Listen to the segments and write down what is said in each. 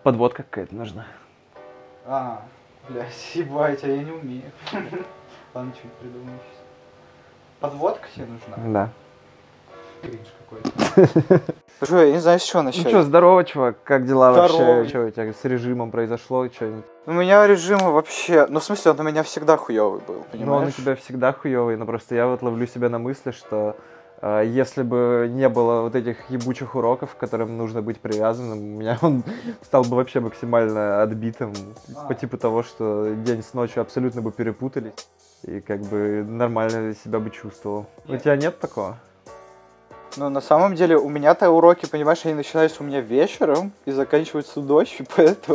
Подводка какая-то нужна. Блядь, ебать, а я не умею. Ладно, что-нибудь придумаю сейчас. Подводка тебе нужна? Да. Кринж какой-то. Слушай, я не знаю, с чего начать. Ну что, здорово, чувак, как дела Здорово. вообще? Что у тебя с режимом произошло? Что-нибудь? У меня режим вообще... Ну, в смысле, он у меня всегда хуёвый был, понимаешь? Ну, он у тебя всегда хуёвый, но просто я вот ловлю себя на мысли, что если бы не было вот этих ебучих уроков, к которым нужно быть привязанным, у меня он стал бы вообще максимально отбитым, по типу того, что день с ночью абсолютно бы перепутались, и как бы нормально себя бы чувствовал. У тебя нет такого? Ну, на самом деле, у меня-то уроки, понимаешь, они начинаются у меня вечером и заканчиваются ночью,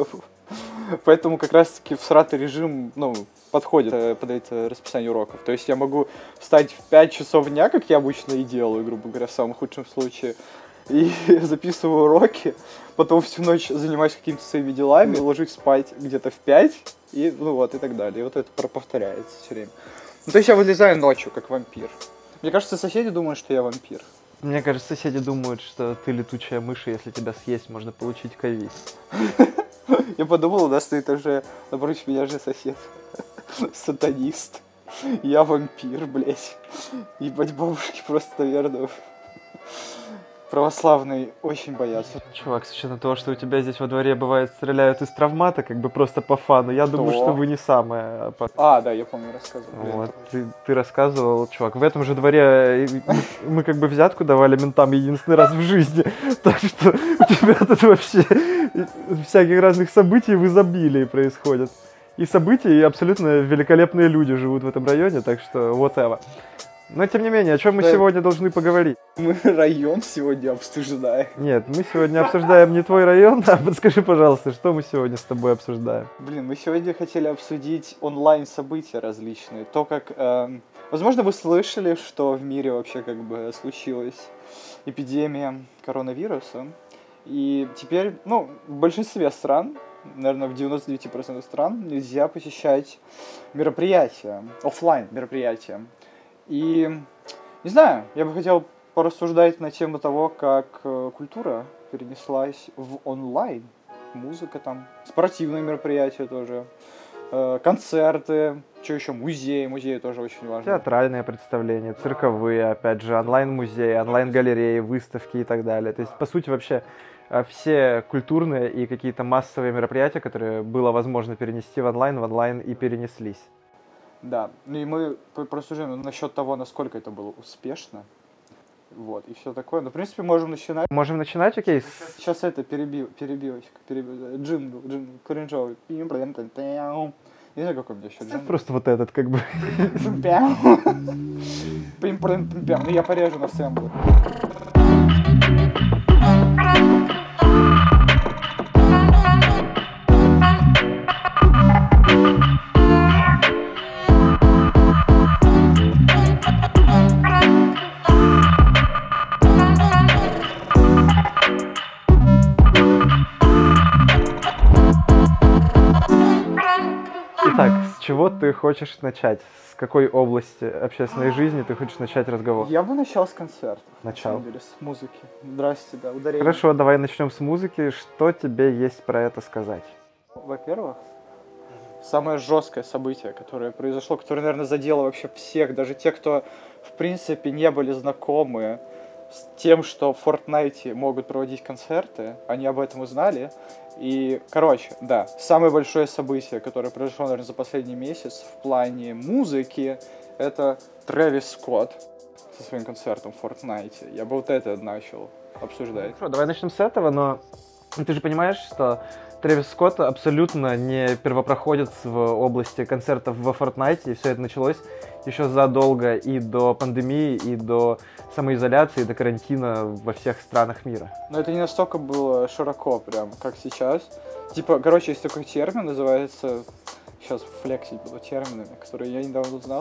поэтому как раз-таки всратый режим, ну, подходит под это расписание уроков. То есть я могу встать в 5 часов дня, как я обычно и делаю, грубо говоря, в самом худшем случае, и записываю уроки, потом всю ночь занимаюсь какими-то своими делами, ложусь спать где-то в 5, и, ну вот, и так далее. И вот это повторяется все время. Ну, то есть я вылезаю ночью, как вампир. Мне кажется, соседи думают, что я вампир. Мне кажется, соседи думают, что ты летучая мышь, и если тебя съесть, можно получить ковид. Я подумал, да, стоит уже напротив меня же сосед. Сатанист. Я вампир, блять. Ебать, бабушки просто, наверное, православные очень боятся. Чувак, с учетом того, что у тебя здесь во дворе бывает стреляют из травмата, как бы просто по фану, я думаю, что вы не самое опасное. Да, я помню, рассказывал. Вот, ты рассказывал, чувак, в этом же дворе мы как бы взятку давали ментам единственный раз в жизни, так что у тебя тут вообще всяких разных событий в изобилии происходит. И события, и абсолютно великолепные люди живут в этом районе, так что whatever. Но тем не менее, о чем мы сегодня должны поговорить? Мы район сегодня обсуждаем. Нет, мы сегодня обсуждаем не твой район, а подскажи, пожалуйста, что мы сегодня с тобой обсуждаем? Блин, мы сегодня хотели обсудить онлайн-события различные. То, как... возможно, вы слышали, что в мире вообще как бы случилась эпидемия коронавируса. И теперь, ну, в большинстве стран, наверное, в 99% стран нельзя посещать мероприятия, офлайн мероприятия. И, не знаю, я бы хотел порассуждать на тему того, как культура перенеслась в онлайн. Музыка там, спортивные мероприятия тоже, концерты, что еще, музеи тоже очень важно. Театральные представления, цирковые, опять же, онлайн-музеи, онлайн-галереи, выставки и так далее. То есть, по сути, вообще все культурные и какие-то массовые мероприятия, которые было возможно перенести в онлайн и перенеслись. Да, ну и мы просуждаем насчет того, насколько это было успешно, вот, и все такое. Ну, в принципе, можем начинать. Можем начинать, окей? Сейчас это, перебивочка, джингл, кринжовый. Не знаю, какой у меня еще джингл. Просто вот этот, как бы. Ну, я порежу на сэмплы. Итак, с чего ты хочешь начать? С какой области общественной жизни ты хочешь начать разговор? Я бы начал с концерта. Начал. С музыки. Здрасте, да, ударение. Хорошо, давай начнем с музыки. Что тебе есть про это сказать? Во-первых, самое жесткое событие, которое произошло, которое, наверное, задело вообще всех, даже тех, кто, в принципе, не были знакомы с тем, что в Fortnite могут проводить концерты, они об этом узнали. И, короче, да, самое большое событие, которое произошло, наверное, за последний месяц в плане музыки, это Трэвис Скотт со своим концертом в Fortnite. Я бы вот это начал обсуждать. Хорошо, давай начнем с этого, но ты же понимаешь, что Трэвис Скотт абсолютно не первопроходец в области концертов во Fortnite, и все это началось еще задолго и до пандемии, и до самоизоляции, и до карантина во всех странах мира. Но это не настолько было широко прям, как сейчас. Типа, короче, есть такой термин, называется... Сейчас флексить буду терминами, которые я недавно узнал.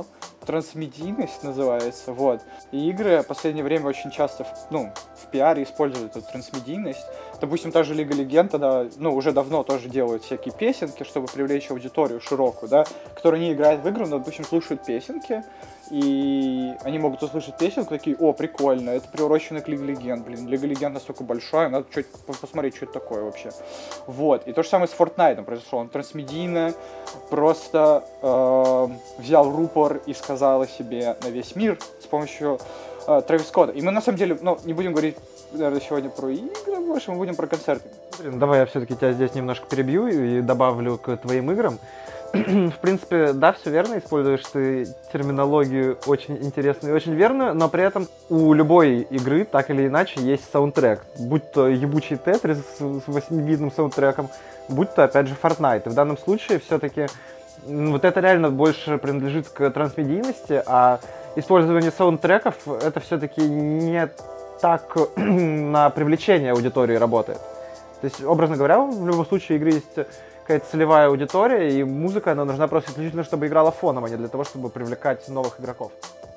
трансмедийность называется, вот. И игры в последнее время очень часто, в пиаре используют эту трансмедийность. Допустим, та же Лига Легенд, тогда, уже давно тоже делают всякие песенки, чтобы привлечь аудиторию широкую, да, которая не играет в игры, но, допустим, слушают песенки, и они могут услышать песенку, такие: о, прикольно, это приурочено к Лиге Легенд, блин, Лига Легенд настолько большая, надо посмотреть, что это такое вообще. Вот, и то же самое с Fortnite произошло, он трансмедийно просто взял рупор и сказал о себе на весь мир с помощью Трэвис Скотта. И мы, на самом деле, не будем говорить, наверное, сегодня про игры больше, мы будем про концерты. Блин, давай я все-таки тебя здесь немножко перебью и добавлю к твоим играм. В принципе, да, все верно, используешь ты терминологию очень интересную и очень верную, но при этом у любой игры, так или иначе, есть саундтрек. Будь то ебучий Тетрис с 8-битным саундтреком, будь то, опять же, Fortnite. И в данном случае все-таки вот это реально больше принадлежит к трансмедийности, а использование саундтреков это все-таки не так на привлечение аудитории работает. То есть, образно говоря, в любом случае игры есть какая-то целевая аудитория, и музыка, она нужна просто исключительно, чтобы играла фоном, а не для того, чтобы привлекать новых игроков.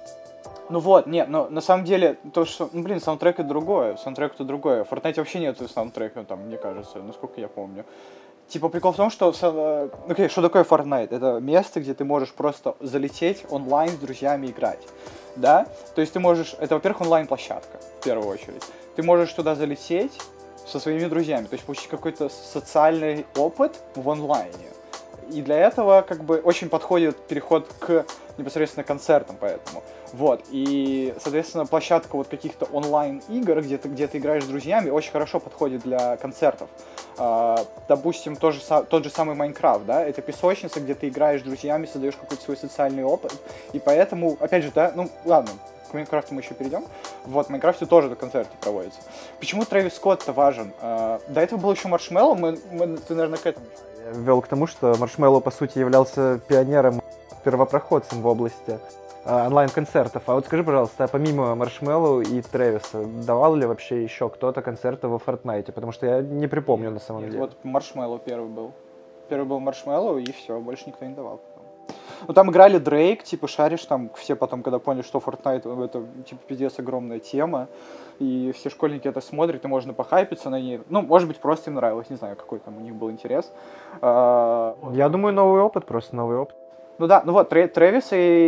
Но на самом деле, то, что, саундтрек это другое, В Fortnite вообще нету саундтрека, там, мне кажется, насколько я помню. Типа, прикол в том, что, что такое Fortnite? Это место, где ты можешь просто залететь онлайн с друзьями играть, да? То есть ты можешь, это, во-первых, онлайн-площадка, в первую очередь. Ты можешь туда залететь со своими друзьями, то есть получить какой-то социальный опыт в онлайне. И для этого очень подходит переход к непосредственно концертам, поэтому. Вот, и, соответственно, площадка вот каких-то онлайн-игр, где ты играешь с друзьями, очень хорошо подходит для концертов. Допустим, тот же самый Майнкрафт, да, это песочница, где ты играешь с друзьями, создаешь какой-то свой социальный опыт, и поэтому, опять же, да, ладно, к Майнкрафту мы еще перейдем. Вот, в Майнкрафте тоже концерты проводятся. Почему Трэвис Скотт-то важен? До этого был еще Маршмеллоу, ты, наверное, к этому. Я ввел к тому, что Маршмеллоу, по сути, являлся пионером, первопроходцем в области онлайн-концертов. А вот скажи, пожалуйста, помимо Маршмеллоу и Трэвиса, давал ли вообще еще кто-то концерты во Fortnite? Потому что я не припомню на самом деле. Вот Маршмеллоу первый был. Первый был Маршмеллоу, и все, больше никто не давал. Там играли Дрейк, типа, шаришь, там все потом, когда поняли, что Fortnite это, типа, пиздец огромная тема, и все школьники это смотрят, и можно похайпиться на ней. Может быть, просто им нравилось, не знаю, какой там у них был интерес. Я думаю, новый опыт, просто новый опыт. Трэвис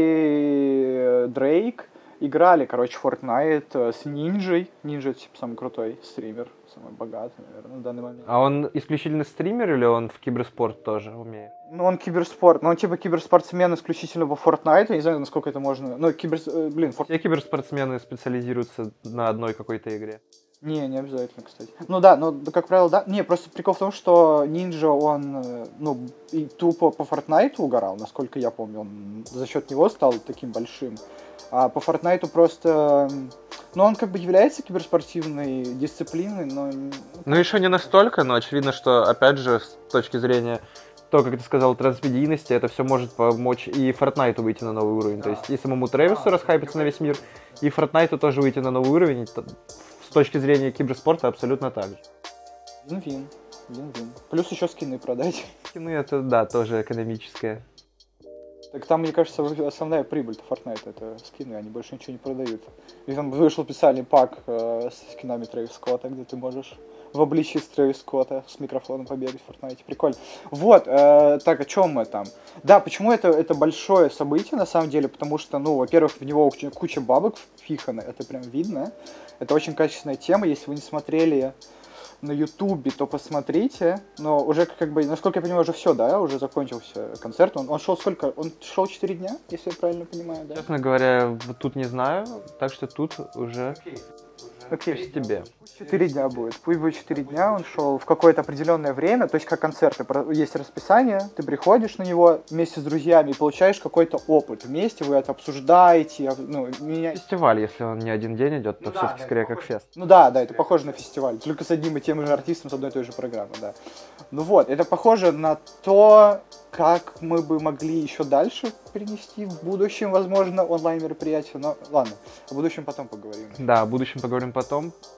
и Дрейк играли, Fortnite с Нинджей. Нинджа, типа, самый крутой стример, самый богатый, наверное, на данный момент. А он исключительно стример или он в киберспорт тоже умеет? Он киберспорт, он типа киберспортсмен исключительно по Fortnite, я не знаю, насколько это можно... Все киберспортсмены специализируются на одной какой-то игре. Не обязательно, кстати. Как правило, да. Просто прикол в том, что Нинджа, он, и тупо по Fortnite угорал, насколько я помню, он за счет него стал таким большим. А по Fortnite просто, он является киберспортивной дисциплиной, но... еще не настолько, но очевидно, что, опять же, с точки зрения то, как ты сказал, трансмедийности, это все может помочь и Fortnite выйти на новый уровень. То есть и самому Трэвису расхайпиться на весь мир, и Fortnite тоже выйти на новый уровень. С точки зрения киберспорта абсолютно так же. Вин-вин. Плюс еще скины продать. Скины это, да, тоже экономическое. Так там, мне кажется, основная прибыль Fortnite это скины, они больше ничего не продают. И там вышел специальный пак с скинами Трэвис Скотта, где ты можешь в обличии с Трэвис Скотта с микрофоном побегать в Fortnite. Прикольно. Вот, так, о чем мы там? Да, почему это большое событие, на самом деле? Потому что, во-первых, в него куча бабок впихано, это прям видно. Это очень качественная тема, если вы не смотрели на Ютубе, то посмотрите. Но уже, насколько я понимаю, уже все, да, уже закончился концерт. Он шел сколько? Он шел 4 дня, если я правильно понимаю, да? Честно говоря, тут не знаю, так что тут уже... Окей, тебе. 4 дня будет. Пусть будет 4 дня, он шел в какое-то определенное время, то есть как концерты. Есть расписание, ты приходишь на него вместе с друзьями и получаешь какой-то опыт. Вместе вы это обсуждаете. Фестиваль, если он не один день идет, то все-таки скорее как фест. Да, это похоже на фестиваль, только с одним и тем же артистом, с одной и той же программой, да. Это похоже на то, как мы бы могли еще дальше перенести в будущем, возможно, онлайн-мероприятие. Но ладно, о будущем потом поговорим. Да, о будущем поговорим потом.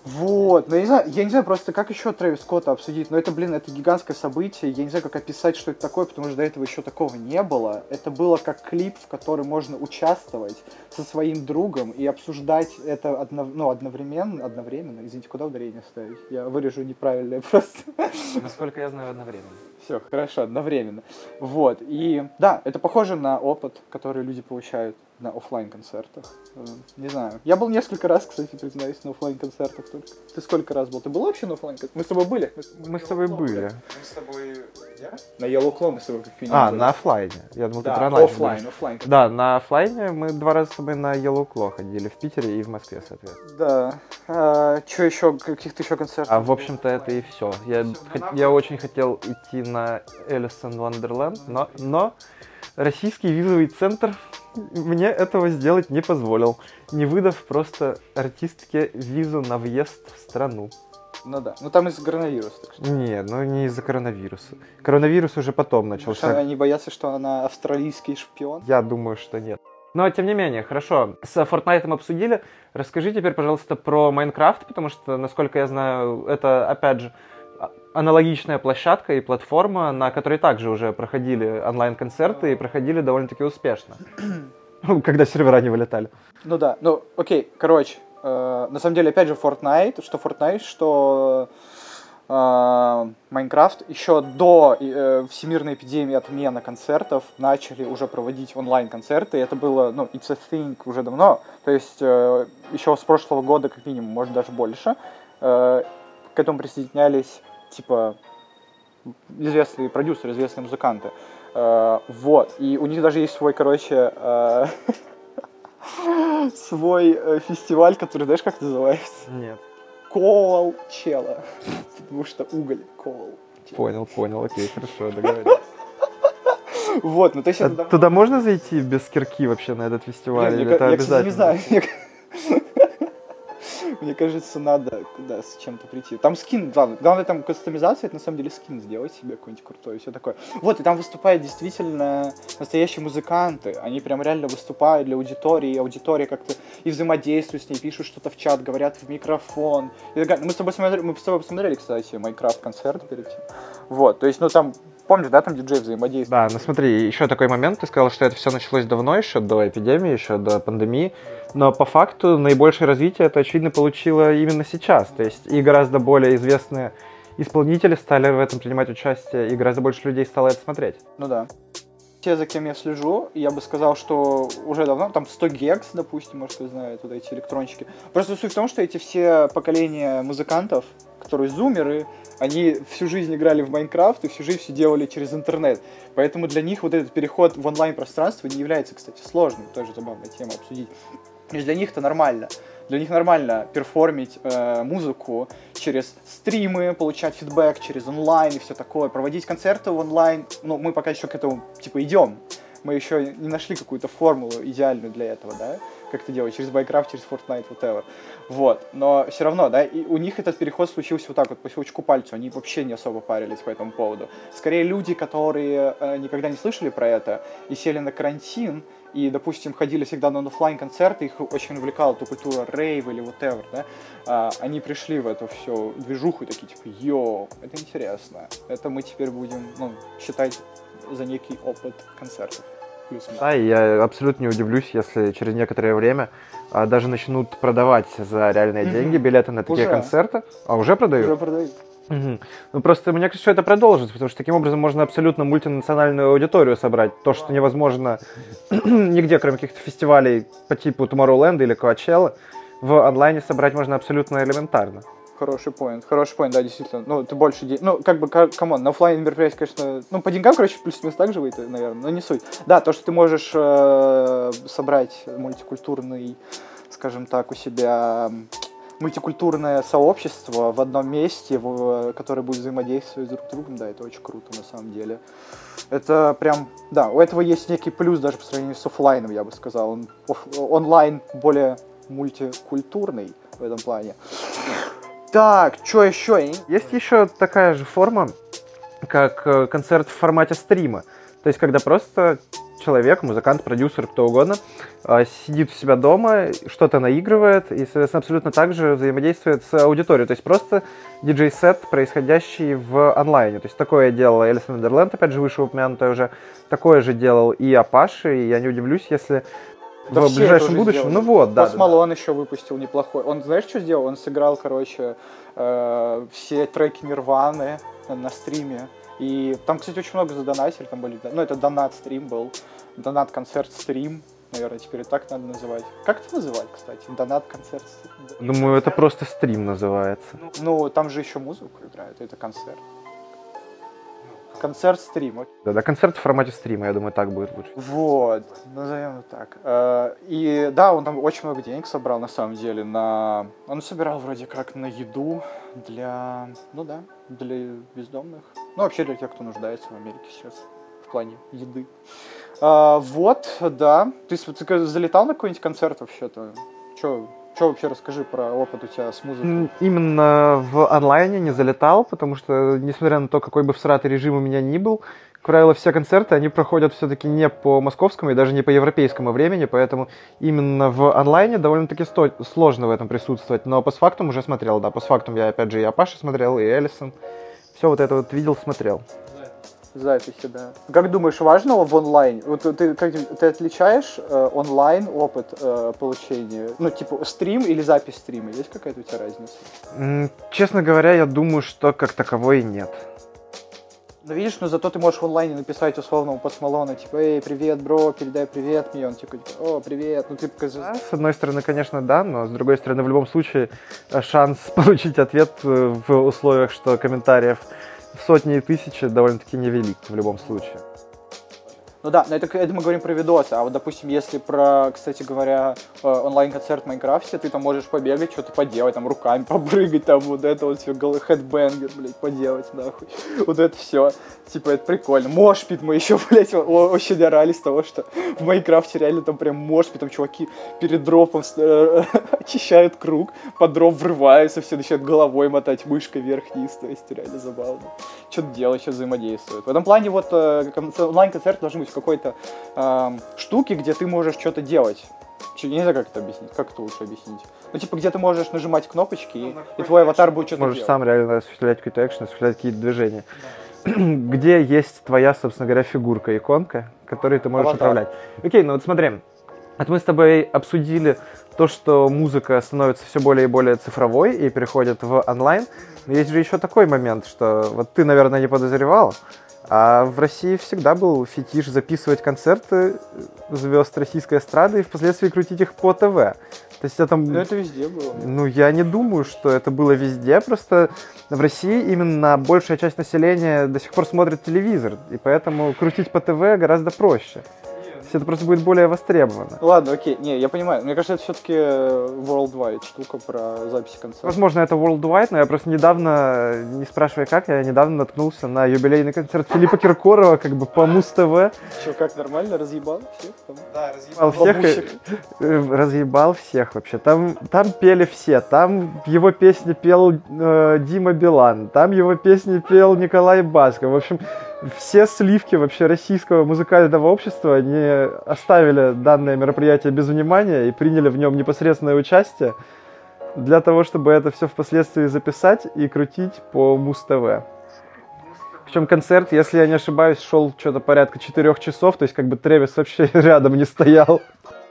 Вот, но я не знаю просто, как еще Трэвис Скотта обсудить, но это, блин, это гигантское событие, я не знаю, как описать, что это такое, потому что до этого еще такого не было. Это было как клип, в котором можно участвовать со своим другом и обсуждать это одновременно, извините, куда ударение ставить? Я вырежу неправильно просто. Насколько я знаю, одновременно. Все, хорошо, одновременно. Вот, и да, это похоже на опыт, который люди получают на оффлайн-концертах. Не знаю. Я был несколько раз, кстати, признаюсь, на оффлайн-концертах только. Ты сколько раз был? Ты был вообще на оффлайн-концертах? Мы с тобой были? Мы с тобой были. Мы с тобой... Где? На Yellow Claw мы с тобой как минимум были. На оффлайне. Я думал, да, ты про онлайн. Оффлайн. Да, на оффлайне мы 2 раза с тобой на Yellow Claw ходили в Питере и в Москве, соответственно. Да. Что еще? Каких-то еще концертов? В общем-то, это и все. Я очень хотел идти на Alice in Wonderland, но российский визовый центр мне этого сделать не позволил, не выдав просто артистке визу на въезд в страну. Ну да, там из-за коронавируса. Так что... Не, не из-за коронавируса. Коронавирус уже потом начался. Они боятся, что она австралийский шпион? Я думаю, что нет. Но, тем не менее, хорошо, с Fortnite обсудили. Расскажи теперь, пожалуйста, про Майнкрафт, потому что, насколько я знаю, это, опять же, аналогичная площадка и платформа, на которой также уже проходили онлайн-концерты и проходили довольно-таки успешно. Когда сервера не вылетали. Ну да, окей, короче, на самом деле, опять же, Fortnite, что Майнкрафт еще до всемирной эпидемии отмены концертов начали уже проводить онлайн-концерты, и это было, it's a thing уже давно, то есть еще с прошлого года, как минимум, может даже больше, к этому присоединялись, типа, известные продюсеры, известные музыканты, вот, и у них даже есть свой, свой фестиваль, который, знаешь, как называется? Нет. Coachella. Потому что уголь. Понял, окей, хорошо, договорились. Вот, то есть... Туда можно зайти без кирки вообще на этот фестиваль? Или это обязательно? Я не знаю. Мне кажется, надо с чем-то прийти. Там скин, главное там кастомизация, это на самом деле скин сделать себе какой-нибудь крутой, и все такое. Вот, и там выступают действительно настоящие музыканты, они прям реально выступают для аудитории, и аудитория как-то и взаимодействует с ней, пишут что-то в чат, говорят в микрофон. Мы с тобой посмотрели, кстати, Майнкрафт-концерт перед этим. Вот, то есть, там... Помнишь, да, там диджей взаимодействует? Да, смотри, еще такой момент, ты сказал, что это все началось давно, еще до эпидемии, еще до пандемии, но по факту наибольшее развитие это, очевидно, получило именно сейчас, то есть и гораздо более известные исполнители стали в этом принимать участие, и гораздо больше людей стало это смотреть. Ну да. Те, за кем я слежу, я бы сказал, что уже давно, там 100 Гекс, допустим, может, кто знает, вот эти электрончики. Просто суть в том, что эти все поколения музыкантов, которые зумеры, они всю жизнь играли в Майнкрафт и всю жизнь все делали через интернет. Поэтому для них вот этот переход в онлайн-пространство не является, кстати, сложным. Тоже забавная тема обсудить. То есть для них это нормально. Для них нормально перформить музыку через стримы, получать фидбэк через онлайн и все такое, проводить концерты в онлайн. Мы пока еще к этому, идем. Мы еще не нашли какую-то формулу идеальную для этого, да? Как это делать? Через Minecraft, через Fortnite, whatever. Вот. Но все равно, да, и у них этот переход случился вот так вот, по щелчку пальцу. Они вообще не особо парились по этому поводу. Скорее, люди, которые никогда не слышали про это и сели на карантин, и, допустим, ходили всегда на оффлайн-концерты, их очень увлекала ту культура рейв или whatever, да, они пришли в эту всю движуху и такие, йоу, это интересно. Это мы теперь будем, считать за некий опыт концертов. Да, и я абсолютно не удивлюсь, если через некоторое время даже начнут продавать за реальные деньги билеты на такие концерты. Уже продают? Уже продают. Просто мне кажется, что это продолжится, потому что таким образом можно абсолютно мультинациональную аудиторию собрать. То, что невозможно нигде, кроме каких-то фестивалей по типу Tomorrowland или Coachella, в онлайне собрать можно абсолютно элементарно. Хороший поинт, да, действительно. Ты больше камон, на оффлайн мероприятие, конечно, по деньгам, плюс-минус так же выйдет, наверное, но не суть. Да, то, что ты можешь собрать мультикультурный, скажем так, у себя мультикультурное сообщество в одном месте, которое будет взаимодействовать друг с другом, да, это очень круто на самом деле. Это прям, да, у этого есть некий плюс даже по сравнению с оффлайном, я бы сказал. Онлайн более мультикультурный в этом плане. Так, что еще? Есть еще такая же форма, как концерт в формате стрима. То есть, когда просто человек, музыкант, продюсер, кто угодно, сидит у себя дома, что-то наигрывает и, соответственно, абсолютно так же взаимодействует с аудиторией. То есть просто диджей-сет, происходящий в онлайне. То есть такое делала Элисон Вандерленд, опять же, вышеупомянутая уже. Такое же делал и Апаши, и я не удивлюсь, если да в ближайшем будущем... сделали. Ну вот, да. Пост Малон еще выпустил неплохой. Он, знаешь, что сделал? Он сыграл, короче, все треки Нирваны на стриме. И там, кстати, очень много задонатили, там были, ну, это донат-стрим был, донат-концерт-стрим, наверное, теперь так надо называть. Как это называть, кстати? Донат-концерт-стрим? Думаю, это просто стрим называется. Ну, там же еще музыку играют, это концерт. Концерт-стрим. Да, концерт в формате стрима, я думаю, так будет лучше. Вот, назовем так. И да, он там очень много денег собрал, на самом деле, на... Он собирал вроде как на еду для, ну да, для бездомных. Ну, вообще для тех, кто нуждается в Америке сейчас в плане еды. Вот, да. Ты залетал на какой-нибудь концерт вообще-то? Что вообще расскажи про опыт у тебя с музыкой? Именно в онлайне не залетал, потому что, несмотря на то, какой бы всратый режим у меня ни был, как правило, все концерты, они проходят все-таки не по московскому и даже не по европейскому времени, поэтому именно в онлайне довольно-таки сложно в этом присутствовать. Но постфактум уже смотрел, да, постфактум я, опять же, и Апаши смотрел, и Элисон. Все вот это вот видел, смотрел. Записи, да. Как думаешь, важно в онлайн? Вот ты отличаешь онлайн опыт получения? Ну, типа, стрим или запись стрима? Есть какая-то у тебя разница? Честно говоря, я думаю, что как таковой нет. Ну, видишь, но зато ты можешь в онлайне написать условному Пост Малону, типа, эй, привет, бро, передай привет мне. Он типа, о, привет. Ну, ты да, с одной стороны, конечно, да, но с другой стороны, в любом случае, шанс получить ответ в условиях, что комментариев сотни и тысячи довольно-таки невелик в любом случае. Ну да, но это мы говорим про видосы, а вот, допустим, если про, кстати говоря, онлайн-концерт в Майнкрафте, ты там можешь побегать, что-то поделать, там руками побрыгать, там вот это вот все, хедбэнгер, блядь, поделать, нахуй. Вот это все. Типа, это прикольно. Мошпит мы еще, блядь, очень орали с того, что в Майнкрафте реально там прям мошпит, там чуваки перед дропом очищают круг, под дроп врываются, все начинают головой мотать, мышкой вверх-вниз, то есть реально забавно. Что-то делать, что-то взаимодействует. В этом плане вот онлайн-концерт должен быть в какой-то штуке, где ты можешь что-то делать. Я не знаю, как это объяснить. Как это лучше объяснить? Ну, типа, где ты можешь нажимать кнопочки, и твой аватар будет что-то делать. Можешь сам реально осуществлять какой-то экшен, осуществлять какие-то движения. Да. Где есть твоя, собственно говоря, фигурка, иконка, которой ты можешь управлять. Окей, ну вот смотри. Вот мы с тобой обсудили то, что музыка становится все более и более цифровой и переходит в онлайн. Но есть же еще такой момент, что вот ты, наверное, не подозревал, а в России всегда был фетиш записывать концерты звезд российской эстрады и впоследствии крутить их по ТВ. То есть это... Ну, это везде было. Ну, я не думаю, что это было везде, просто в России именно большая часть населения до сих пор смотрит телевизор, и поэтому крутить по ТВ гораздо проще. Это просто будет более востребовано. Ладно, окей, не, я понимаю. Мне кажется, это все-таки worldwide штука про записи концертов. Возможно, это worldwide, но я просто недавно, не спрашивая как, я недавно наткнулся на юбилейный концерт Филиппа Киркорова, как бы по Муз-ТВ. Что, как нормально? Разъебал всех? Там? Да, разъебал всех. Разъебал всех вообще. Там пели все. Там его песни пел Дима Билан. Там его песни пел Николай Басков. В общем, все сливки вообще российского музыкального общества, они оставили данное мероприятие без внимания и приняли в нем непосредственное участие для того, чтобы это все впоследствии записать и крутить по Муз-ТВ. Причем концерт, если я не ошибаюсь, шел что-то порядка 4 часов, то есть как бы Трэвис вообще рядом не стоял.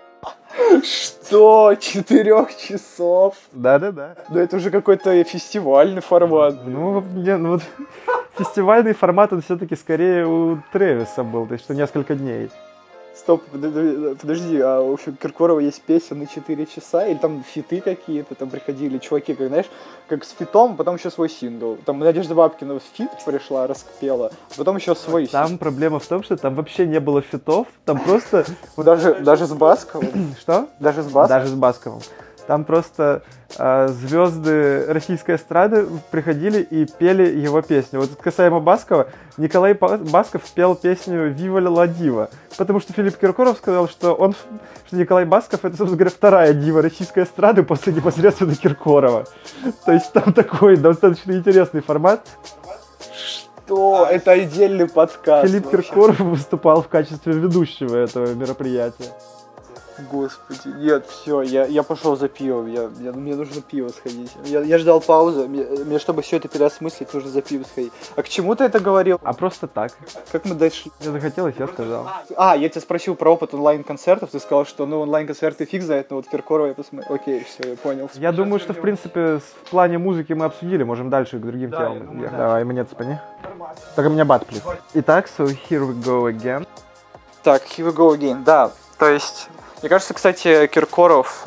Что? 4 часов? Да-да-да. Да это уже какой-то фестивальный формат. Ну вот фестивальный формат, он все-таки скорее у Трэвиса был, то есть что несколько дней. Стоп, подожди, а в общем Киркорова есть песня на 4 часа, или там фиты какие-то, там приходили чуваки, как, знаешь, как с фитом, потом еще свой сингл. Там Надежда Бабкина фит пришла, распела, потом еще свой сингл. Там проблема в том, что там вообще не было фитов, там просто... Даже с Басковым? Что? Даже с Басковым? Даже с Басковым. Там просто звезды российской эстрады приходили и пели его песню. Вот касаемо Баскова, Николай Басков пел песню «Вива ла дива», потому что Филипп Киркоров сказал, что Николай Басков — это, собственно говоря, вторая дива российской эстрады после непосредственно Киркорова. То есть там такой достаточно интересный формат. что? Это отдельный подкаст. Филипп вообще. Киркоров выступал в качестве ведущего этого мероприятия. Господи, нет, все, я пошел за пивом, мне нужно пиво сходить. Я ждал паузы, мне, чтобы все это переосмыслить, нужно за пиво сходить. А к чему ты это говорил? А просто так. Как мы дошли? Мне захотелось, я сказал. Я тебя спросил про опыт онлайн-концертов, ты сказал, что онлайн-концерты фиг знает, но вот Киркорова я посмотрел. Окей, все, я понял. Я думаю, что, в принципе, в плане музыки мы обсудили, можем дальше к другим темам. Давай, мне цепани. Только меня бат, плиз. Итак, so here we go again. Так, here we go again, да, то есть... Мне кажется, кстати, Киркоров,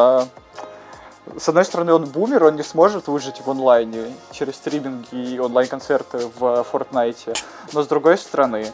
с одной стороны, он бумер, он не сможет выжить в онлайне через стриминги и онлайн-концерты в Фортнайте, но с другой стороны,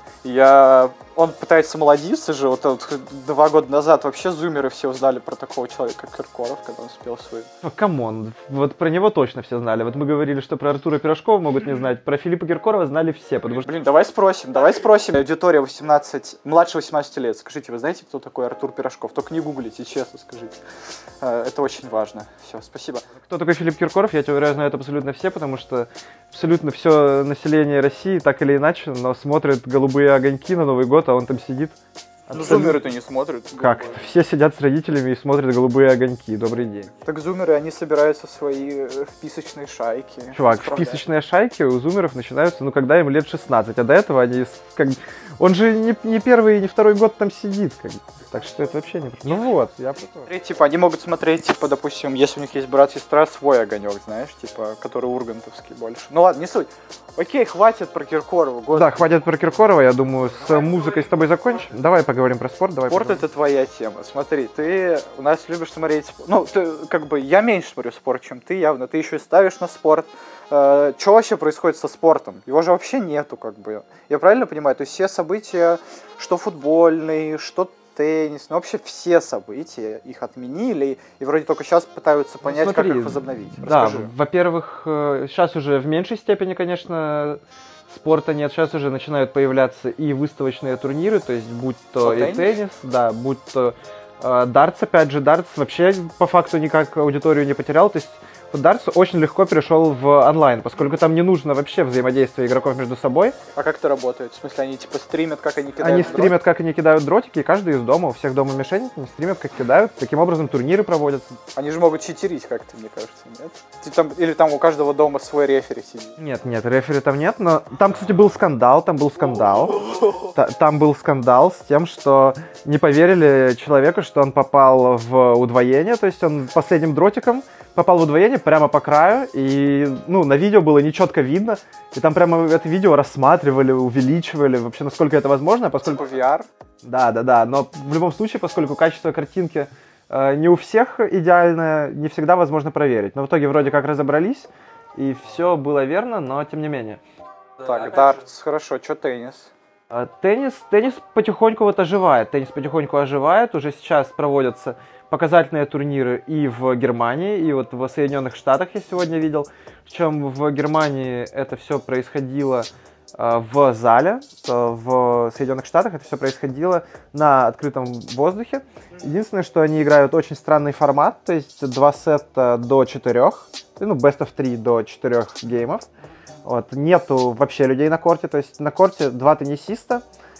он пытается молодиться же, вот 2 года назад вообще зумеры все узнали про такого человека, как Киркоров, когда он спел свой. Ну, камон, вот про него точно все знали. Вот мы говорили, что про Артура Пирожкова могут не знать, про Филиппа Киркорова знали все, потому что... Блин, давай спросим. Аудитория младше 18 лет, скажите, вы знаете, кто такой Артур Пирожков? Только не гуглите, честно скажите. Это очень важно. Все, спасибо. Кто такой Филипп Киркоров, я тебе уверяю, знают абсолютно все, потому что абсолютно все население России так или иначе, но смотрит «Голубые огоньки» на Новый год, а он там сидит. Ну, зумеры-то не смотрят. Как? Все сидят с родителями и смотрят «Голубые огоньки». Добрый день. Так зумеры, они собираются в свои вписочные шайки. Чувак, вписочные шайки у зумеров начинаются, когда им лет 16, а до этого они... Он же не первый и не второй год там сидит, так что это вообще не... Ну вот, я про то. Типа, они могут смотреть, допустим, если у них есть брат-сестра, свой огонек, знаешь, который ургантовский больше. Ну ладно, не суть. Окей, хватит про Киркорова. Господи. Да, хватит про Киркорова, я думаю, с музыкой с тобой закончим. Давай поговорим про спорт. Спорт — это твоя тема. Смотри, ты у нас любишь смотреть... Ну, я меньше смотрю спорт, чем ты, явно. Ты еще и ставишь на спорт. Что вообще происходит со спортом? Его же вообще нету, Я правильно понимаю? То есть все события, что футбольные, что теннис, вообще все события, их отменили, и вроде только сейчас пытаются понять, как их возобновить. Расскажи. Да, во-первых, сейчас уже в меньшей степени, конечно, спорта нет, сейчас уже начинают появляться и выставочные турниры, то есть будь то и теннис, да, будь то дартс, опять же, дартс вообще по факту никак аудиторию не потерял, то есть дартс очень легко перешел в онлайн, поскольку там не нужно вообще взаимодействие игроков между собой. А как это работает? В смысле, они стримят, как они кидают Они стримят, как они кидают дротики, и каждый из дома, у всех дома мишень, они стримят, как кидают. Таким образом турниры проводятся. Они же могут читерить как-то, мне кажется, нет? Или там у каждого дома свой рефери сидит? Нет, рефери там нет, но там, кстати, был скандал. Там был скандал с тем, что не поверили человеку, что он попал в удвоение, то есть он последним дротиком попал в удвоение прямо по краю, и, на видео было нечетко видно, и там прямо это видео рассматривали, увеличивали, вообще, насколько это возможно, поскольку... Типа VR? Да, но в любом случае, поскольку качество картинки не у всех идеальное, не всегда возможно проверить, но в итоге вроде как разобрались, и все было верно, но тем не менее. Так, дартс, хорошо, что теннис? Теннис потихоньку оживает, уже сейчас проводятся показательные турниры и в Германии, и вот в Соединенных Штатах я сегодня видел. Причем в Германии это все происходило в зале, в Соединенных Штатах это все происходило на открытом воздухе. Единственное, что они играют очень странный формат, то есть 2 сета до 4, best of 3 до 4 геймов. Вот. Нету вообще людей на корте, то есть на корте 2 теннисиста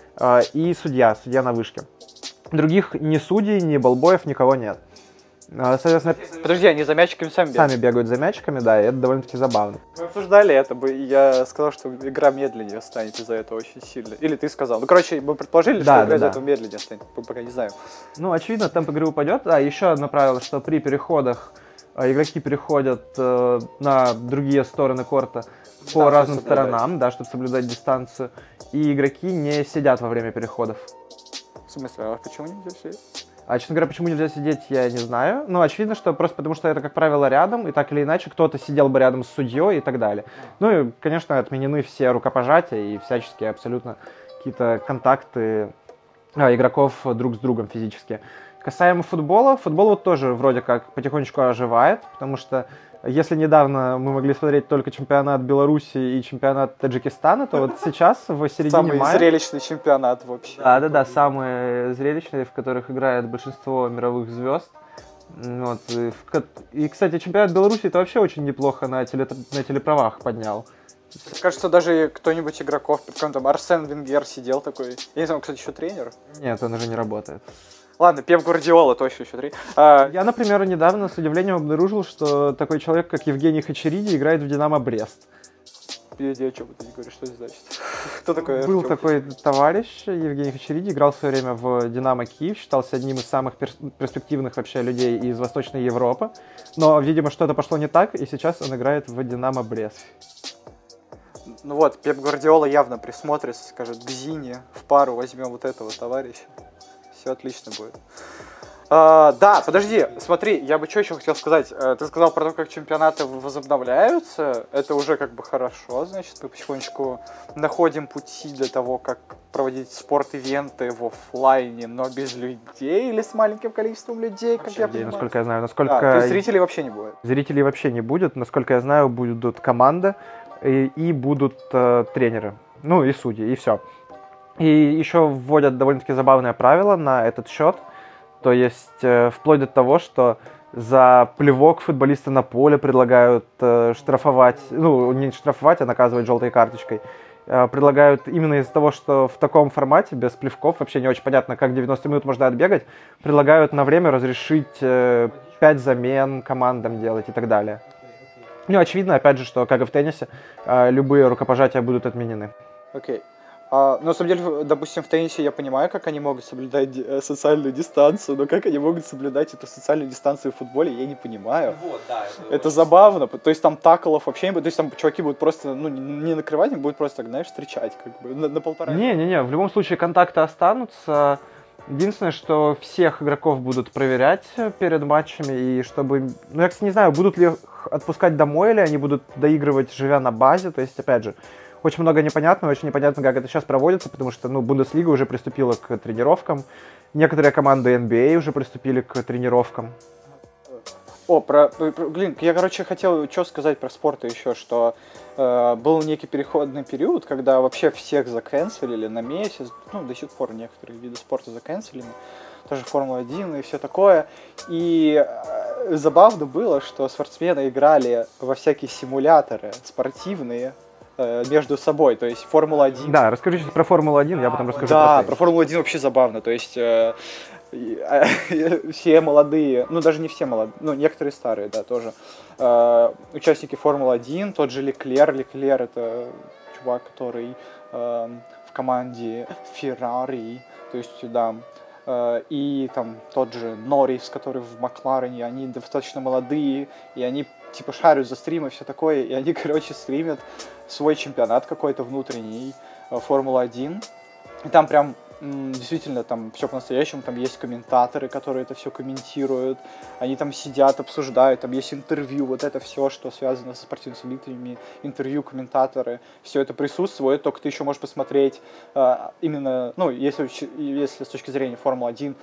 и судья на вышке. Других ни судей, ни болбоев, никого нет. Соответственно, подожди, они за мячиками сами бегают? Сами бегают за мячиками, да, и это довольно-таки забавно. Мы обсуждали это, и я сказал, что игра медленнее станет из-за этого очень сильно. Или ты сказал. Мы предположили, что игра из-за этого медленнее станет, пока не знаю. Очевидно, темп игры упадет. Еще одно правило, что при переходах игроки переходят на другие стороны корта по разным сторонам, да, чтобы соблюдать дистанцию, и игроки не сидят во время переходов. В смысле, а почему нельзя сидеть? Честно говоря, почему нельзя сидеть, я не знаю. Но очевидно, что просто потому, что это, как правило, рядом, и так или иначе кто-то сидел бы рядом с судьей и так далее. И, конечно, отменены все рукопожатия и всяческие абсолютно какие-то контакты игроков друг с другом физически. Касаемо футбола, футбол вот тоже вроде как потихонечку оживает, потому что если недавно мы могли смотреть только чемпионат Беларуси и чемпионат Таджикистана, то вот сейчас, в середине мая... Самый зрелищный чемпионат вообще. Да, самые зрелищные, в которых играет большинство мировых звезд. И, кстати, чемпионат Беларуси это вообще очень неплохо на телеправах поднял Кажется, даже кто-нибудь игроков, какой там Арсен Венгер сидел такой. Я не знаю, кстати, еще тренер. Нет, он уже не работает. Ладно, Пеп Гвардиола точно еще тренер. Я, например, недавно с удивлением обнаружил, что такой человек, как Евгений Хачериди, играет в «Динамо Брест». Я о чем ты не говоришь, что это значит? Кто такой? Был такой товарищ, Евгений Хачериди, играл в свое время в «Динамо Киев», считался одним из самых перспективных вообще людей из Восточной Европы. Но, видимо, что-то пошло не так, и сейчас он играет в «Динамо Брест». Ну вот, Пеп Гвардиола явно присмотрится, скажет, к Зине в пару возьмем вот этого товарища. Все отлично будет. Да, подожди, смотри, я бы что еще хотел сказать. Ты сказал про то, как чемпионаты возобновляются. Это уже как бы хорошо, значит, мы потихонечку находим пути для того, как проводить спорт-ивенты в оффлайне, но без людей или с маленьким количеством людей, как я понимаю. Насколько я знаю. То есть зрителей вообще не будет? Зрителей вообще не будет. Насколько я знаю, будут команды и будут тренеры. Ну и судьи, и все. И еще вводят довольно-таки забавное правило на этот счет. То есть вплоть до того, что за плевок футболиста на поле предлагают штрафовать, ну не штрафовать, а наказывать желтой карточкой. Предлагают именно из-за того, что в таком формате, без плевков, вообще не очень понятно, как 90 минут можно отбегать, предлагают на время разрешить 5 замен командам делать и так далее. Ну, очевидно, опять же, что, как и в теннисе, любые рукопожатия будут отменены. Окей. Но на самом деле, допустим, в теннисе я понимаю, как они могут соблюдать социальную дистанцию, но как они могут соблюдать эту социальную дистанцию в футболе, я не понимаю. Вот, да, это забавно, то есть там таклов вообще не будет, то есть там чуваки будут просто, ну, не накрывать, они будут просто, так, знаешь, встречать, как бы, на полтора. Не-не-не, в любом случае контакты останутся. Единственное, что всех игроков будут проверять перед матчами, и чтобы... Ну, я, кстати, не знаю, будут ли отпускать домой, или они будут доигрывать, живя на базе, то есть, опять же, очень много непонятного, очень непонятно, как это сейчас проводится, потому что, ну, Бундеслига уже приступила к тренировкам, некоторые команды NBA уже приступили к тренировкам. Блин, я, короче, хотел что сказать про спорт еще, что был некий переходный период, когда вообще всех заканцелили на месяц, ну, до сих пор некоторые виды спорта заканцелены, тоже Формула-1 и все такое, и забавно было, что спортсмены играли во всякие симуляторы спортивные, между собой, то есть Формула-1. Да, расскажи сейчас про Формулу-1, я потом расскажу про Формулу-1 вообще забавно, то есть все молодые, ну даже не все молодые, ну некоторые старые, да, тоже, участники Формулы-1, тот же Леклер это чувак, который в команде Ferrari, то есть, да, и там тот же Норрис, который в Макларене, они достаточно молодые, и они типа шарят за стрим и все такое, и они, короче, стримят свой чемпионат какой-то внутренний, Формула-1, и там прям действительно там все по-настоящему, там есть комментаторы, которые это все комментируют, они там сидят, обсуждают, там есть интервью, вот это все, что связано со спортивными событиями, интервью, комментаторы, все это присутствует, только ты еще можешь посмотреть именно, ну, если с точки зрения Формулы-1,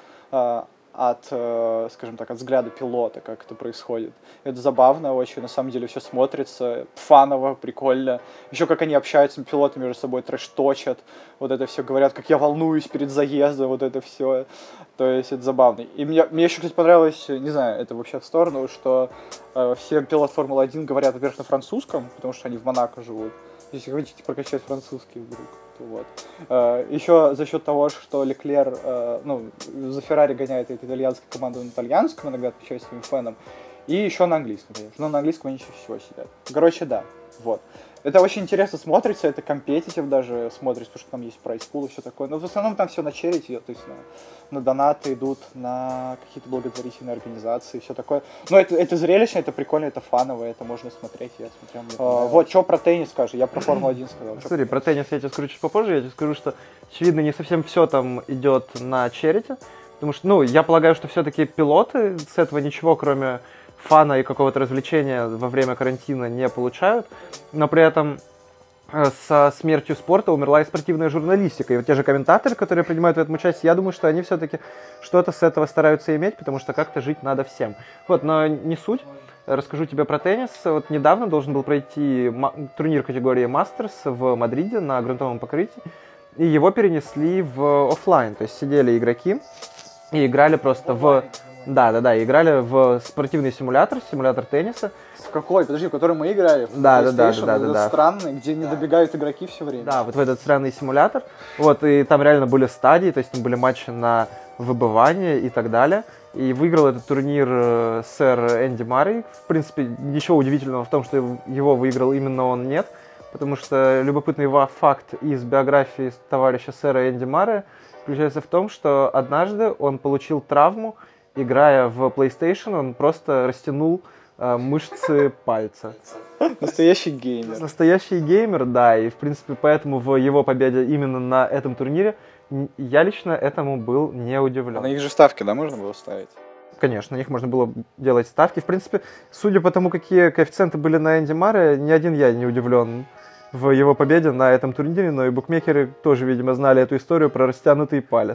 от, скажем так, от взгляда пилота, как это происходит. Это забавно очень, на самом деле все смотрится фаново, прикольно. Еще как они общаются, пилоты между собой трэш-точат, вот это все говорят, как я волнуюсь перед заездом, вот это все. То есть это забавно. И мне еще, кстати, понравилось, не знаю, это вообще в сторону, что все пилоты Формулы-1 говорят, во-первых, на французском, потому что они в Монако живут. Если хотите прокачать французский вдруг. Вот. Еще за счет того, что Леклер, за Феррари гоняет эту итальянскую команду на итальянском, иногда отвечает своим фэнам, и еще на английском, конечно. Но на английском они чаще всего сидят. Короче, да, вот. Это очень интересно смотрится, это компетитив даже смотрится, потому что там есть прайс-пул и все такое. Но в основном там все на черити, то есть на донаты идут, на какие-то благотворительные организации и все такое. Но это зрелищно, это прикольно, это фаново, это можно смотреть, я смотрел. Вот, что про теннис скажешь? Я про Формулу-1 сказал. Смотри, про теннис я тебе скажу чуть попозже, я тебе скажу, что, очевидно, не совсем все там идет на черити, потому что, я полагаю, что все-таки пилоты с этого ничего, кроме фана и какого-то развлечения во время карантина не получают, но при этом со смертью спорта умерла и спортивная журналистика. И вот те же комментаторы, которые принимают в этом участие, я думаю, что они все-таки что-то с этого стараются иметь, потому что как-то жить надо всем. Вот, но не суть. Расскажу тебе про теннис. Вот недавно должен был пройти турнир категории Мастерс в Мадриде на грунтовом покрытии, и его перенесли в офлайн. То есть сидели игроки и играли просто Да, играли в спортивный симулятор тенниса. В какой? Подожди, в который мы играли? Да. Это странный, где не добегают игроки все время. Да, вот в этот странный симулятор. Вот, и там реально были стадии, то есть там были матчи на выбывание и так далее. И выиграл этот турнир сэр Энди Маррей. В принципе, ничего удивительного в том, что его выиграл именно он, нет. Потому что любопытный факт из биографии товарища сэра Энди Маррея заключается в том, что однажды он получил травму, играя в PlayStation, он просто растянул мышцы пальца. Настоящий геймер. Настоящий геймер, да, и в принципе поэтому в его победе именно на этом турнире я лично этому был не удивлен. На них же ставки, да, можно было ставить? Конечно, на них можно было делать ставки. В принципе, судя по тому, какие коэффициенты были на Энди Марре, ни один я не удивлен в его победе на этом турнире, но и букмекеры тоже, видимо, знали эту историю про растянутый палец.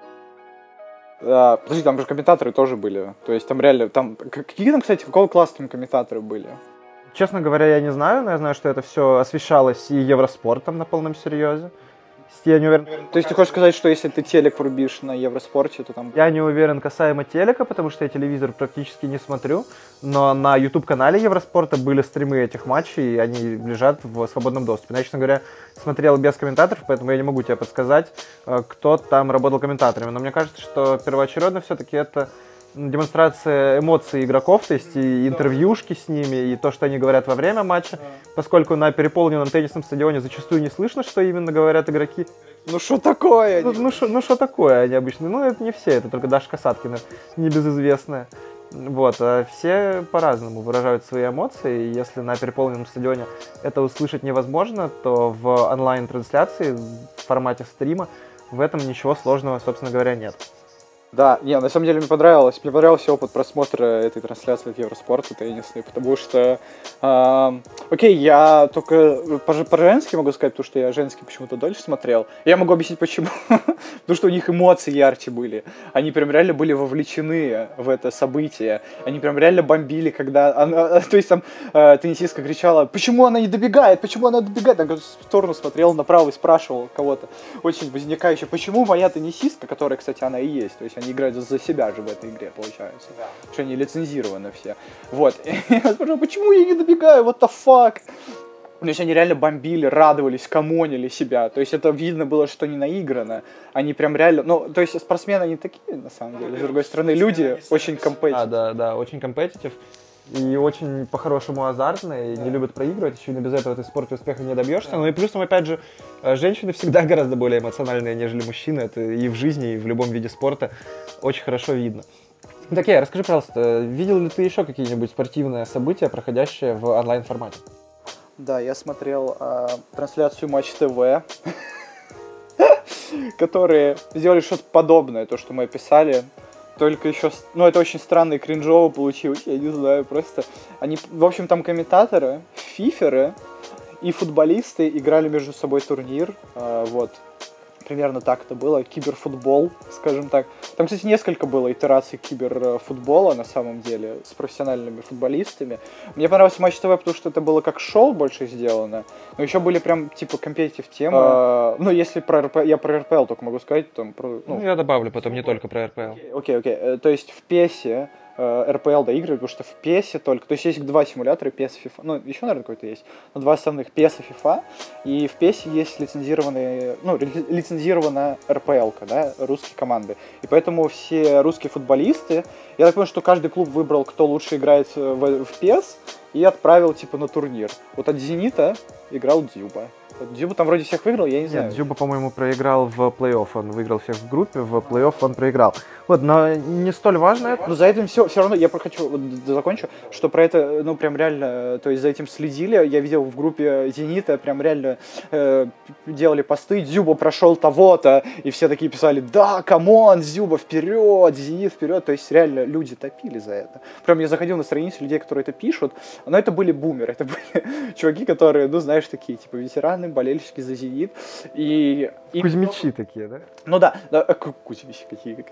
Подожди, там же комментаторы тоже были. То есть там реально, какие там, кстати, какого класса там комментаторы были? Честно говоря, я не знаю, но я знаю, что это все освещалось и Евроспортом на полном серьезе. Я не уверен. То есть ты хочешь сказать, что если ты телек врубишь на Евроспорте, то там... Я не уверен касаемо телека, потому что я телевизор практически не смотрю, но на YouTube-канале Евроспорта были стримы этих матчей, и они лежат в свободном доступе. Я, честно говоря, смотрел без комментаторов, поэтому я не могу тебе подсказать, кто там работал комментаторами. Но мне кажется, что первоочередно все-таки это демонстрация эмоций игроков, то есть и интервьюшки с ними, и то, что они говорят во время матча, поскольку на переполненном теннисном стадионе зачастую не слышно, что именно говорят игроки. Ну что такое? Ну что такое они обычно? Ну это не все, это только Даша Касаткина, небезызвестная. Вот, а все по-разному выражают свои эмоции, и если на переполненном стадионе это услышать невозможно, то в онлайн-трансляции в формате стрима в этом ничего сложного, собственно говоря, нет. Да, на самом деле мне понравился опыт просмотра этой трансляции от Евроспорта теннисной, потому что, окей, я только по-женски могу сказать, потому что я женский почему-то дольше смотрел. Я могу объяснить почему, потому что у них эмоции ярче были, они прям реально были вовлечены в это событие, они прям реально бомбили, когда, то есть там теннисистка кричала, почему она не добегает, она в сторону смотрела направо и спрашивал кого-то, очень возникающе, почему моя теннисистка, которая, кстати, она и есть, то есть они играют за себя же в этой игре, получается. Да. Потому что они лицензированы все. Вот. И я спрашиваю, почему я не добегаю? What the fuck? То есть они реально бомбили, радовались, камонили себя. То есть это видно было, что не наиграно. Они прям реально... Ну, то есть спортсмены они такие, на самом деле. С другой стороны, люди очень компетитив. Да, очень компетитив. И очень по-хорошему азартные, не любят проигрывать, еще и без этого ты в спорте успеха не добьешься. Ну и плюсом, опять же, женщины всегда гораздо более эмоциональные, нежели мужчины. Это и в жизни, и в любом виде спорта очень хорошо видно. Так, расскажи, пожалуйста, видел ли ты еще какие-нибудь спортивные события, проходящие в онлайн-формате? Да, я смотрел трансляцию Матч ТВ, которые сделали что-то подобное, то, что мы описали. Только еще, это очень странно и кринжово получилось, я не знаю, просто они, в общем, там комментаторы, фиферы и футболисты играли между собой турнир, вот, примерно так это было, киберфутбол, скажем так. Там, кстати, несколько было итераций киберфутбола, на самом деле, с профессиональными футболистами. Мне понравился Матч ТВ, потому что это было как шоу больше сделано, но еще были прям, типа, компетитив темы. Если я про РПЛ только могу сказать, там, я добавлю потом, не только про РПЛ. Окей. То есть в PES РПЛ доигрывают, потому что в PES только... То есть есть два симулятора, PES и FIFA. Еще, наверное, какой-то есть. Но два основных, PES и FIFA. И в PES есть лицензированная РПЛ-ка, да, русские команды. И поэтому все русские футболисты... Я так понимаю, что каждый клуб выбрал, кто лучше играет в PES, и отправил, типа, на турнир. Вот от «Зенита» играл Дзюба. Дзюба там вроде всех выиграл, я не знаю. Нет, Дзюба, по-моему, проиграл в плей-офф. Он выиграл всех в группе, в плей-офф он проиграл. Вот, но не столь важно это. Но за этим все равно, я закончу, что про это, прям реально, то есть за этим следили. Я видел в группе «Зенита», прям реально делали посты, Дзюба прошел того-то, и все такие писали, да, камон, Дзюба вперед, «Зенит» вперед. То есть реально люди топили за это. Прям я заходил на страницу людей, которые это пишут, но это были бумеры, это были чуваки, которые, знаешь, такие, типа, ветераны, болельщики за «Зенит». Кузьмичи такие, да? Ну да, Кузьмичи, какие термины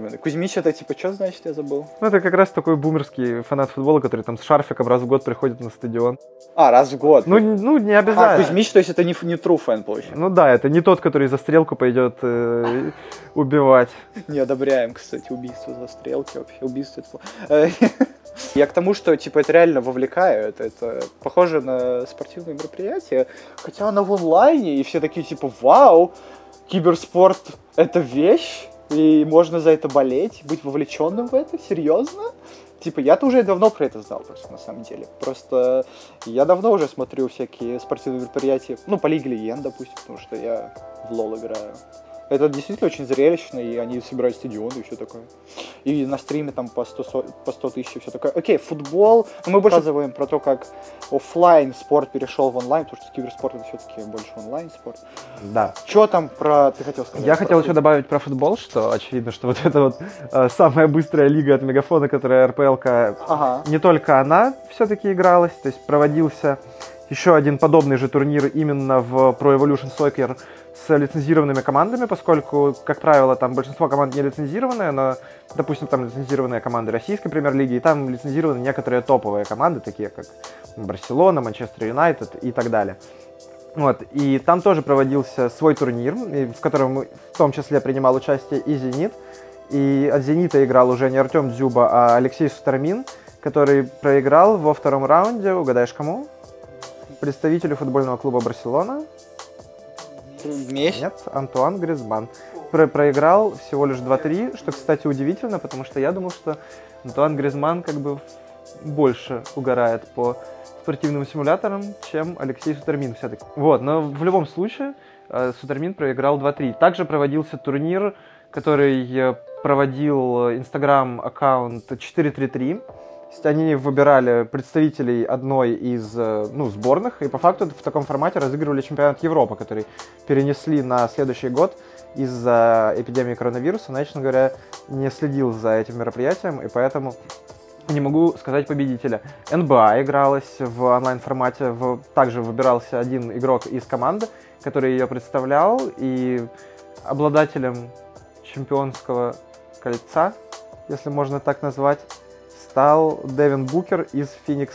термины. Кузьмич это типа, что значит, я забыл? Ну, это как раз такой бумерский фанат футбола, который там с шарфиком раз в год приходит на стадион. А, раз в год. Ну, не обязательно. Кузьмич, то есть это не true fan, получается. Ну да, это не тот, который за стрелку пойдет убивать. Не одобряем, кстати, убийство за стрелки вообще. Убийство это... Я к тому, что типа это реально вовлекает, это похоже на спортивное мероприятие, хотя оно в онлайне, и все такие типа, вау, киберспорт это вещь, и можно за это болеть, быть вовлеченным в это, серьезно? Типа, я-то уже давно про это знал, просто, на самом деле. Просто я давно уже смотрю всякие спортивные мероприятия, ну, по Лиге Легенд, допустим, потому что я в лол играю. Это действительно очень зрелищно, и они собирают стадионы и все такое. И на стриме там по 100 тысяч и все такое. Окей, футбол. Но мы больше рассказываем про то, как офлайн спорт перешел в онлайн, потому что киберспорт это все-таки больше онлайн спорт. Да. Что там про... Ты хотел сказать? Я хотел еще добавить про футбол, что очевидно, что вот это вот самая быстрая лига от Мегафона, которая РПЛ-ка, не только она все-таки игралась, то есть проводился еще один подобный же турнир именно в Pro Evolution Soccer с лицензированными командами, поскольку, как правило, там большинство команд не лицензированные, но, допустим, там лицензированные команды российской премьер-лиги, и там лицензированы некоторые топовые команды, такие как Барселона, Манчестер Юнайтед и так далее. Вот, и там тоже проводился свой турнир, в котором в том числе принимал участие и «Зенит», и от «Зенита» играл уже не Артем Дзюба, а Алексей Сутармин, который проиграл во втором раунде, угадаешь кому? Представителю футбольного клуба «Барселона». Месси? Нет, Антуан Гризман. Проиграл всего лишь 2-3, что, кстати, удивительно, потому что я думал, что Антуан Гризман как бы больше угорает по спортивным симуляторам, чем Алексей Сутармин все-таки. Вот, но в любом случае Сутармин проиграл 2-3. Также проводился турнир, который проводил инстаграм-аккаунт 433. Они выбирали представителей одной из сборных, и по факту в таком формате разыгрывали чемпионат Европы, который перенесли на следующий год из-за эпидемии коронавируса. Но я, честно говоря, не следил за этим мероприятием, и поэтому не могу сказать победителя. НБА игралась в онлайн-формате, также выбирался один игрок из команды, который ее представлял, и обладателем чемпионского кольца, если можно так назвать, стал Девин Букер из Phoenix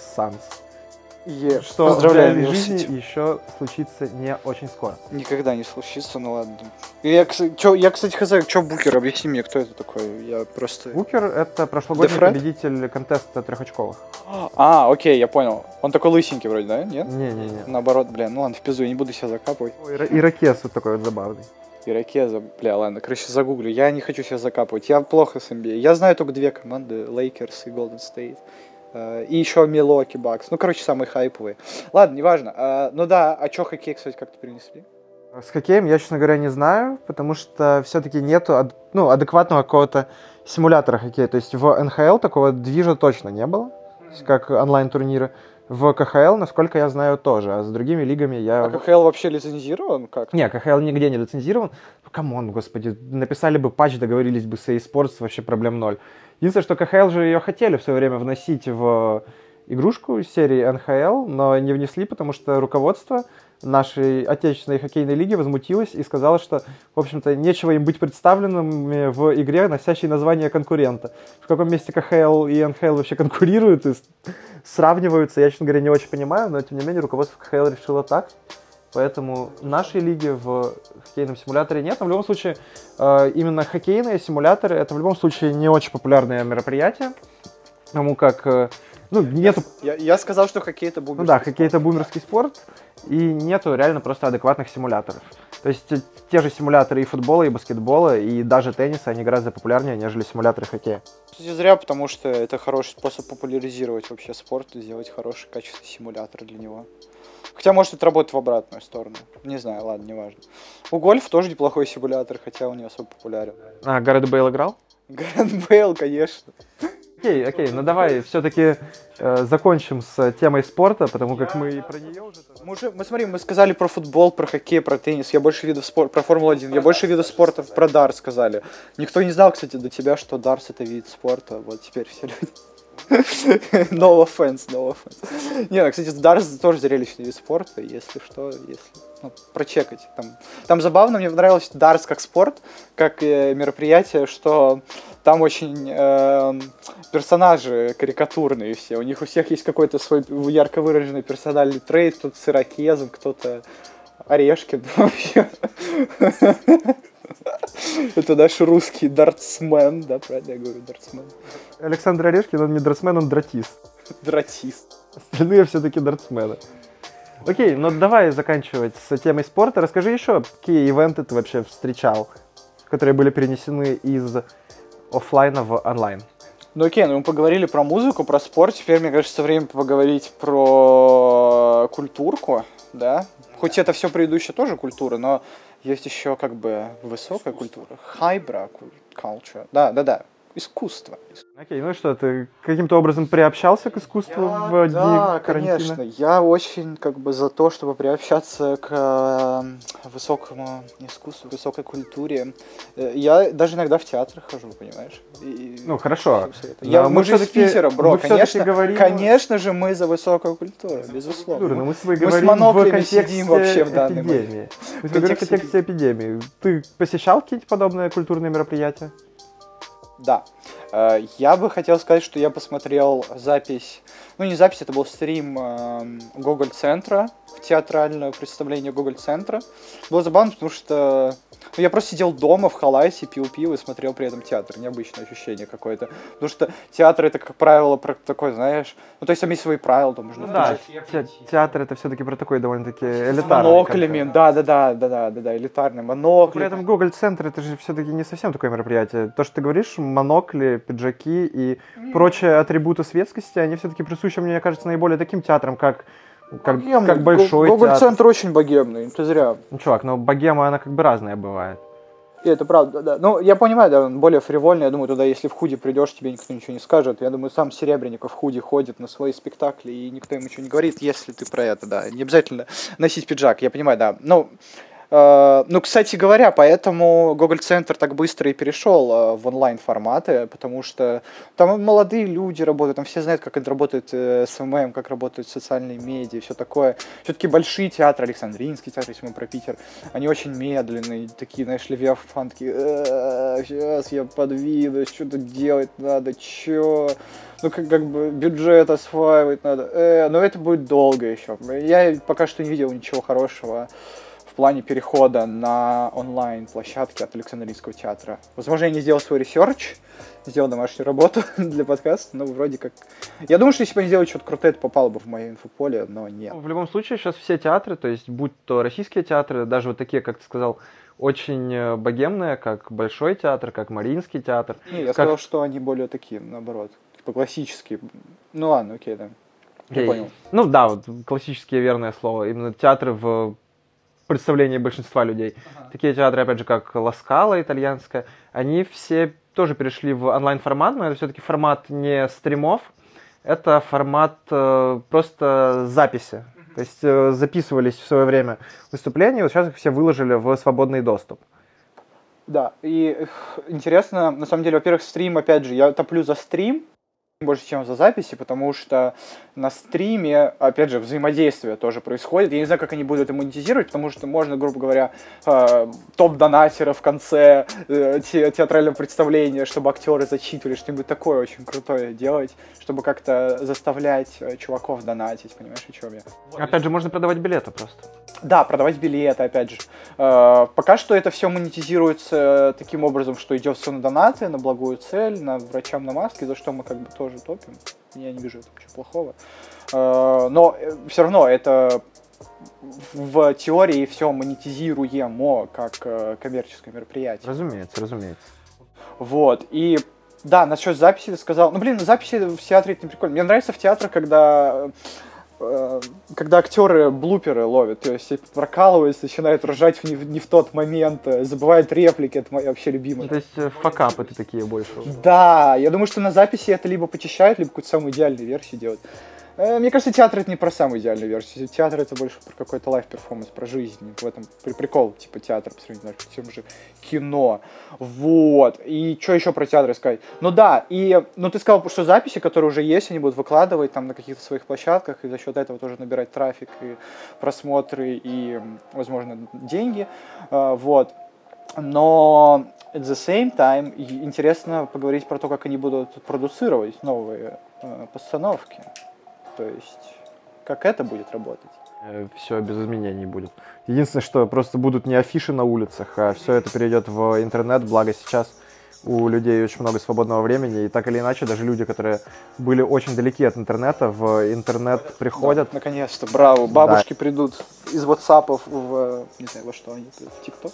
Suns. Что поздравляю, в реальной жизни еще случится не очень скоро. Никогда не случится, ну ладно. Я, кстати, хз, что Букер? Объясни мне, кто это такой? Я просто... Букер — это прошлогодний победитель контеста трехочковых. Окей, я понял. Он такой лысенький вроде, да? Нет? Не-не-не. Наоборот, ну ладно, в пизду, я не буду себя закапывать. Ирокез вот такой вот забавный. Ирокеза, ладно, короче, загуглю. Я не хочу себя закапывать, я плохо с NBA. Я знаю только две команды, Lakers и Golden State. И еще Milwaukee Bucks. Ну, короче, самые хайповые. Ладно, неважно. Ну да, а что хоккей, кстати, как-то перенесли? С хоккеем я, честно говоря, не знаю, потому что все-таки нету адекватного какого-то симулятора хоккея. То есть в НХЛ такого движа точно не было, как онлайн-турниры. В КХЛ, насколько я знаю, тоже, а с другими лигами я... А КХЛ вообще лицензирован? Как? Не, КХЛ нигде не лицензирован. Камон, господи, написали бы патч, договорились бы с EA Sports, вообще проблем ноль. Единственное, что КХЛ же ее хотели в свое время вносить в игрушку серии НХЛ, но не внесли, потому что руководство нашей отечественной хоккейной лиги возмутилось и сказало, что, в общем-то, нечего им быть представленными в игре, носящей название конкурента. В каком месте КХЛ и НХЛ вообще конкурируют и сравниваются, я, честно говоря, не очень понимаю, но, тем не менее, руководство КХЛ решило так. Поэтому нашей лиги в хоккейном симуляторе нет. Но в любом случае, именно хоккейные симуляторы — это в любом случае не очень популярное мероприятие. Потому как, нету... Я сказал, что хоккей — это бумерский спорт. Хоккей — это бумерский спорт, и нету реально просто адекватных симуляторов. То есть те же симуляторы и футбола, и баскетбола, и даже тенниса, они гораздо популярнее, нежели симуляторы хоккея. Кстати, зря, потому что это хороший способ популяризировать вообще спорт и сделать хороший, качественный симулятор для него. Хотя, может, это работает в обратную сторону. Не знаю, ладно, неважно. У гольфа тоже неплохой симулятор, хотя он не особо популярен. А Гаррет Бейл играл? Гаррет Бейл, конечно. Окей, ну давай все-таки закончим с темой спорта, потому как мы про нее уже... Мы сказали про футбол, про хоккей, про теннис, я больше видов спорта, про Формулу-1, я больше видов спорта про дарс сказали. Никто не знал, кстати, до тебя, что дарс — это вид спорта, вот теперь все люди. No offense, no offense. Не, ну, кстати, дартс тоже зрелищный вид спорта, если что, прочекать. Там забавно, мне понравилось дартс как спорт, как мероприятие, что там очень персонажи карикатурные все. У них у всех есть какой-то свой ярко выраженный персональный трейд, кто-то с ирокезом, кто-то Орешкин вообще. Это наш русский дартсмен, да, правильно я говорю, дартсмен? Александр Орешкин, он не дартсмен, он дратист. Дратист. Остальные все-таки дартсмены. Окей, ну давай заканчивать с темой спорта. Расскажи еще, какие ивенты ты вообще встречал, которые были перенесены из офлайна в онлайн. Ну окей, мы поговорили про музыку, про спорт. Теперь, мне кажется, время поговорить про культурку, да? Хоть это все предыдущее тоже культура, но есть еще как бы высокая культура. Хайбра culture. Да. Искусство. Окей, ну и что, ты каким-то образом приобщался к искусству в дни да, карантина? конечно. Я очень как бы за то, чтобы приобщаться к высокому искусству, высокой культуре. Я даже иногда в театр хожу, понимаешь? Ну, хорошо. Мы же из Питера, бро. Говорим... Конечно же, мы за высокую культуру, безусловно. Но мы с тобой с говорим моноклями в сидим вообще в данный эпидемии. Мы говорим в контексте эпидемии. Ты посещал какие-нибудь подобные культурные мероприятия? Да. Я бы хотел сказать, что я посмотрел запись, ну не запись, это был стрим Гоголь-центра, театральное представление Гоголь-центра. Было забавно, потому что я просто сидел дома в халате, пил пиво и смотрел при этом театр. Необычное ощущение какое-то. Потому что театр это, как правило, про такой, знаешь, ну то есть там есть свои правила, там можно... Ну, да, театр это все-таки про такой довольно-таки элитарный. С моноклями, да, элитарный монокли. При этом Гоголь-центр это же все-таки не совсем такое мероприятие. То, что ты говоришь, монокли, пиджаки и прочие атрибуты светскости, они все-таки присущи, мне кажется, наиболее таким театрам, как большой театр. Гоголь-центр очень богемный, ты зря. Ну, чувак, но богема, она как бы разная бывает. И это правда, да. Ну, я понимаю, да, он более фривольный. Я думаю, туда, если в худи придешь, тебе никто ничего не скажет. Я думаю, сам Серебренников в худи ходит на свои спектакли, и никто ему ничего не говорит, если ты про это, да. Не обязательно носить пиджак, я понимаю, да. Ну, кстати говоря, поэтому Гоголь-центр так быстро и перешел в онлайн-форматы, потому что там молодые люди работают, там все знают, как это работает СММ, как работают социальные медиа, все такое. Все-таки большие театры, Александринский театр, если мы про Питер, они очень медленные, такие, знаешь, левиафан, такие, сейчас я подвинусь, что-то делать надо, чё? Ну, как бы бюджет осваивать надо, но это будет долго еще. Я пока что не видел ничего хорошего в плане перехода на онлайн-площадки от Александринского театра. Возможно, я не сделал свой ресерч, сделал домашнюю работу для подкаста, но вроде как... Я думаю, что если бы они сделали что-то крутое, это попало бы в мое инфополе, но нет. В любом случае, сейчас все театры, то есть будь то российские театры, даже вот такие, как ты сказал, очень богемные, как Большой театр, как Мариинский театр. Не, я сказал, что они более такие, наоборот, типа классические. Ну ладно, окей, да. Я понял. Ну да, вот классические, верное слово. Именно театры в представлении большинства людей. Такие театры, опять же, как Ла Скала итальянская, они все тоже перешли в онлайн-формат, но это все-таки формат не стримов, это формат просто записи. То есть записывались в свое время выступления, вот сейчас их все выложили в свободный доступ. Да, и интересно, на самом деле, во-первых, стрим, опять же, я топлю за стрим, больше, чем за записи, потому что на стриме, опять же, взаимодействие тоже происходит. Я не знаю, как они будут это монетизировать, потому что можно, грубо говоря, топ-донатера в конце театрального представления, чтобы актеры зачитывали, что-нибудь такое очень крутое делать, чтобы как-то заставлять чуваков донатить, понимаешь, о чем я? Опять же, можно продавать билеты просто. Да, продавать билеты, опять же. Пока что это все монетизируется таким образом, что идет все на донаты, на благую цель, на врачам на маски, за что мы как бы тоже топим. Я не вижу этого ничего плохого. Но все равно это в теории все монетизируемо как коммерческое мероприятие. Разумеется, разумеется. Вот, и да, насчет записи ты сказал. Ну, блин, записи в театре это не прикольно. Мне нравится в театрах, когда актеры блуперы ловят, то есть прокалываются, начинают ржать не в тот момент, забывают реплики, это моя вообще любимая. То есть факапы такие больше. Да, я думаю, что на записи это либо почищают, либо какую-то самую идеальную версию делают. Мне кажется, театр — это не про самую идеальную версию. Театр — это больше про какой-то лайв-перформанс, про жизнь. В этом прикол, типа, театр по сравнению с тем же кино. Вот. И что еще про театр сказать? Ну да, ну ты сказал, что записи, которые уже есть, они будут выкладывать там на каких-то своих площадках, и за счет этого тоже набирать трафик, и просмотры, и, возможно, деньги. Вот. Но at the same time интересно поговорить про то, как они будут продуцировать новые постановки. То есть, как это будет работать? Все без изменений будет. Единственное, что просто будут не афиши на улицах, а все это перейдет в интернет, благо сейчас у людей очень много свободного времени, и так или иначе даже люди, которые были очень далеки от интернета, в интернет приходят. Да, наконец-то, браво, бабушки придут из WhatsApp'ов в, не знаю, во что они, в ТикТок.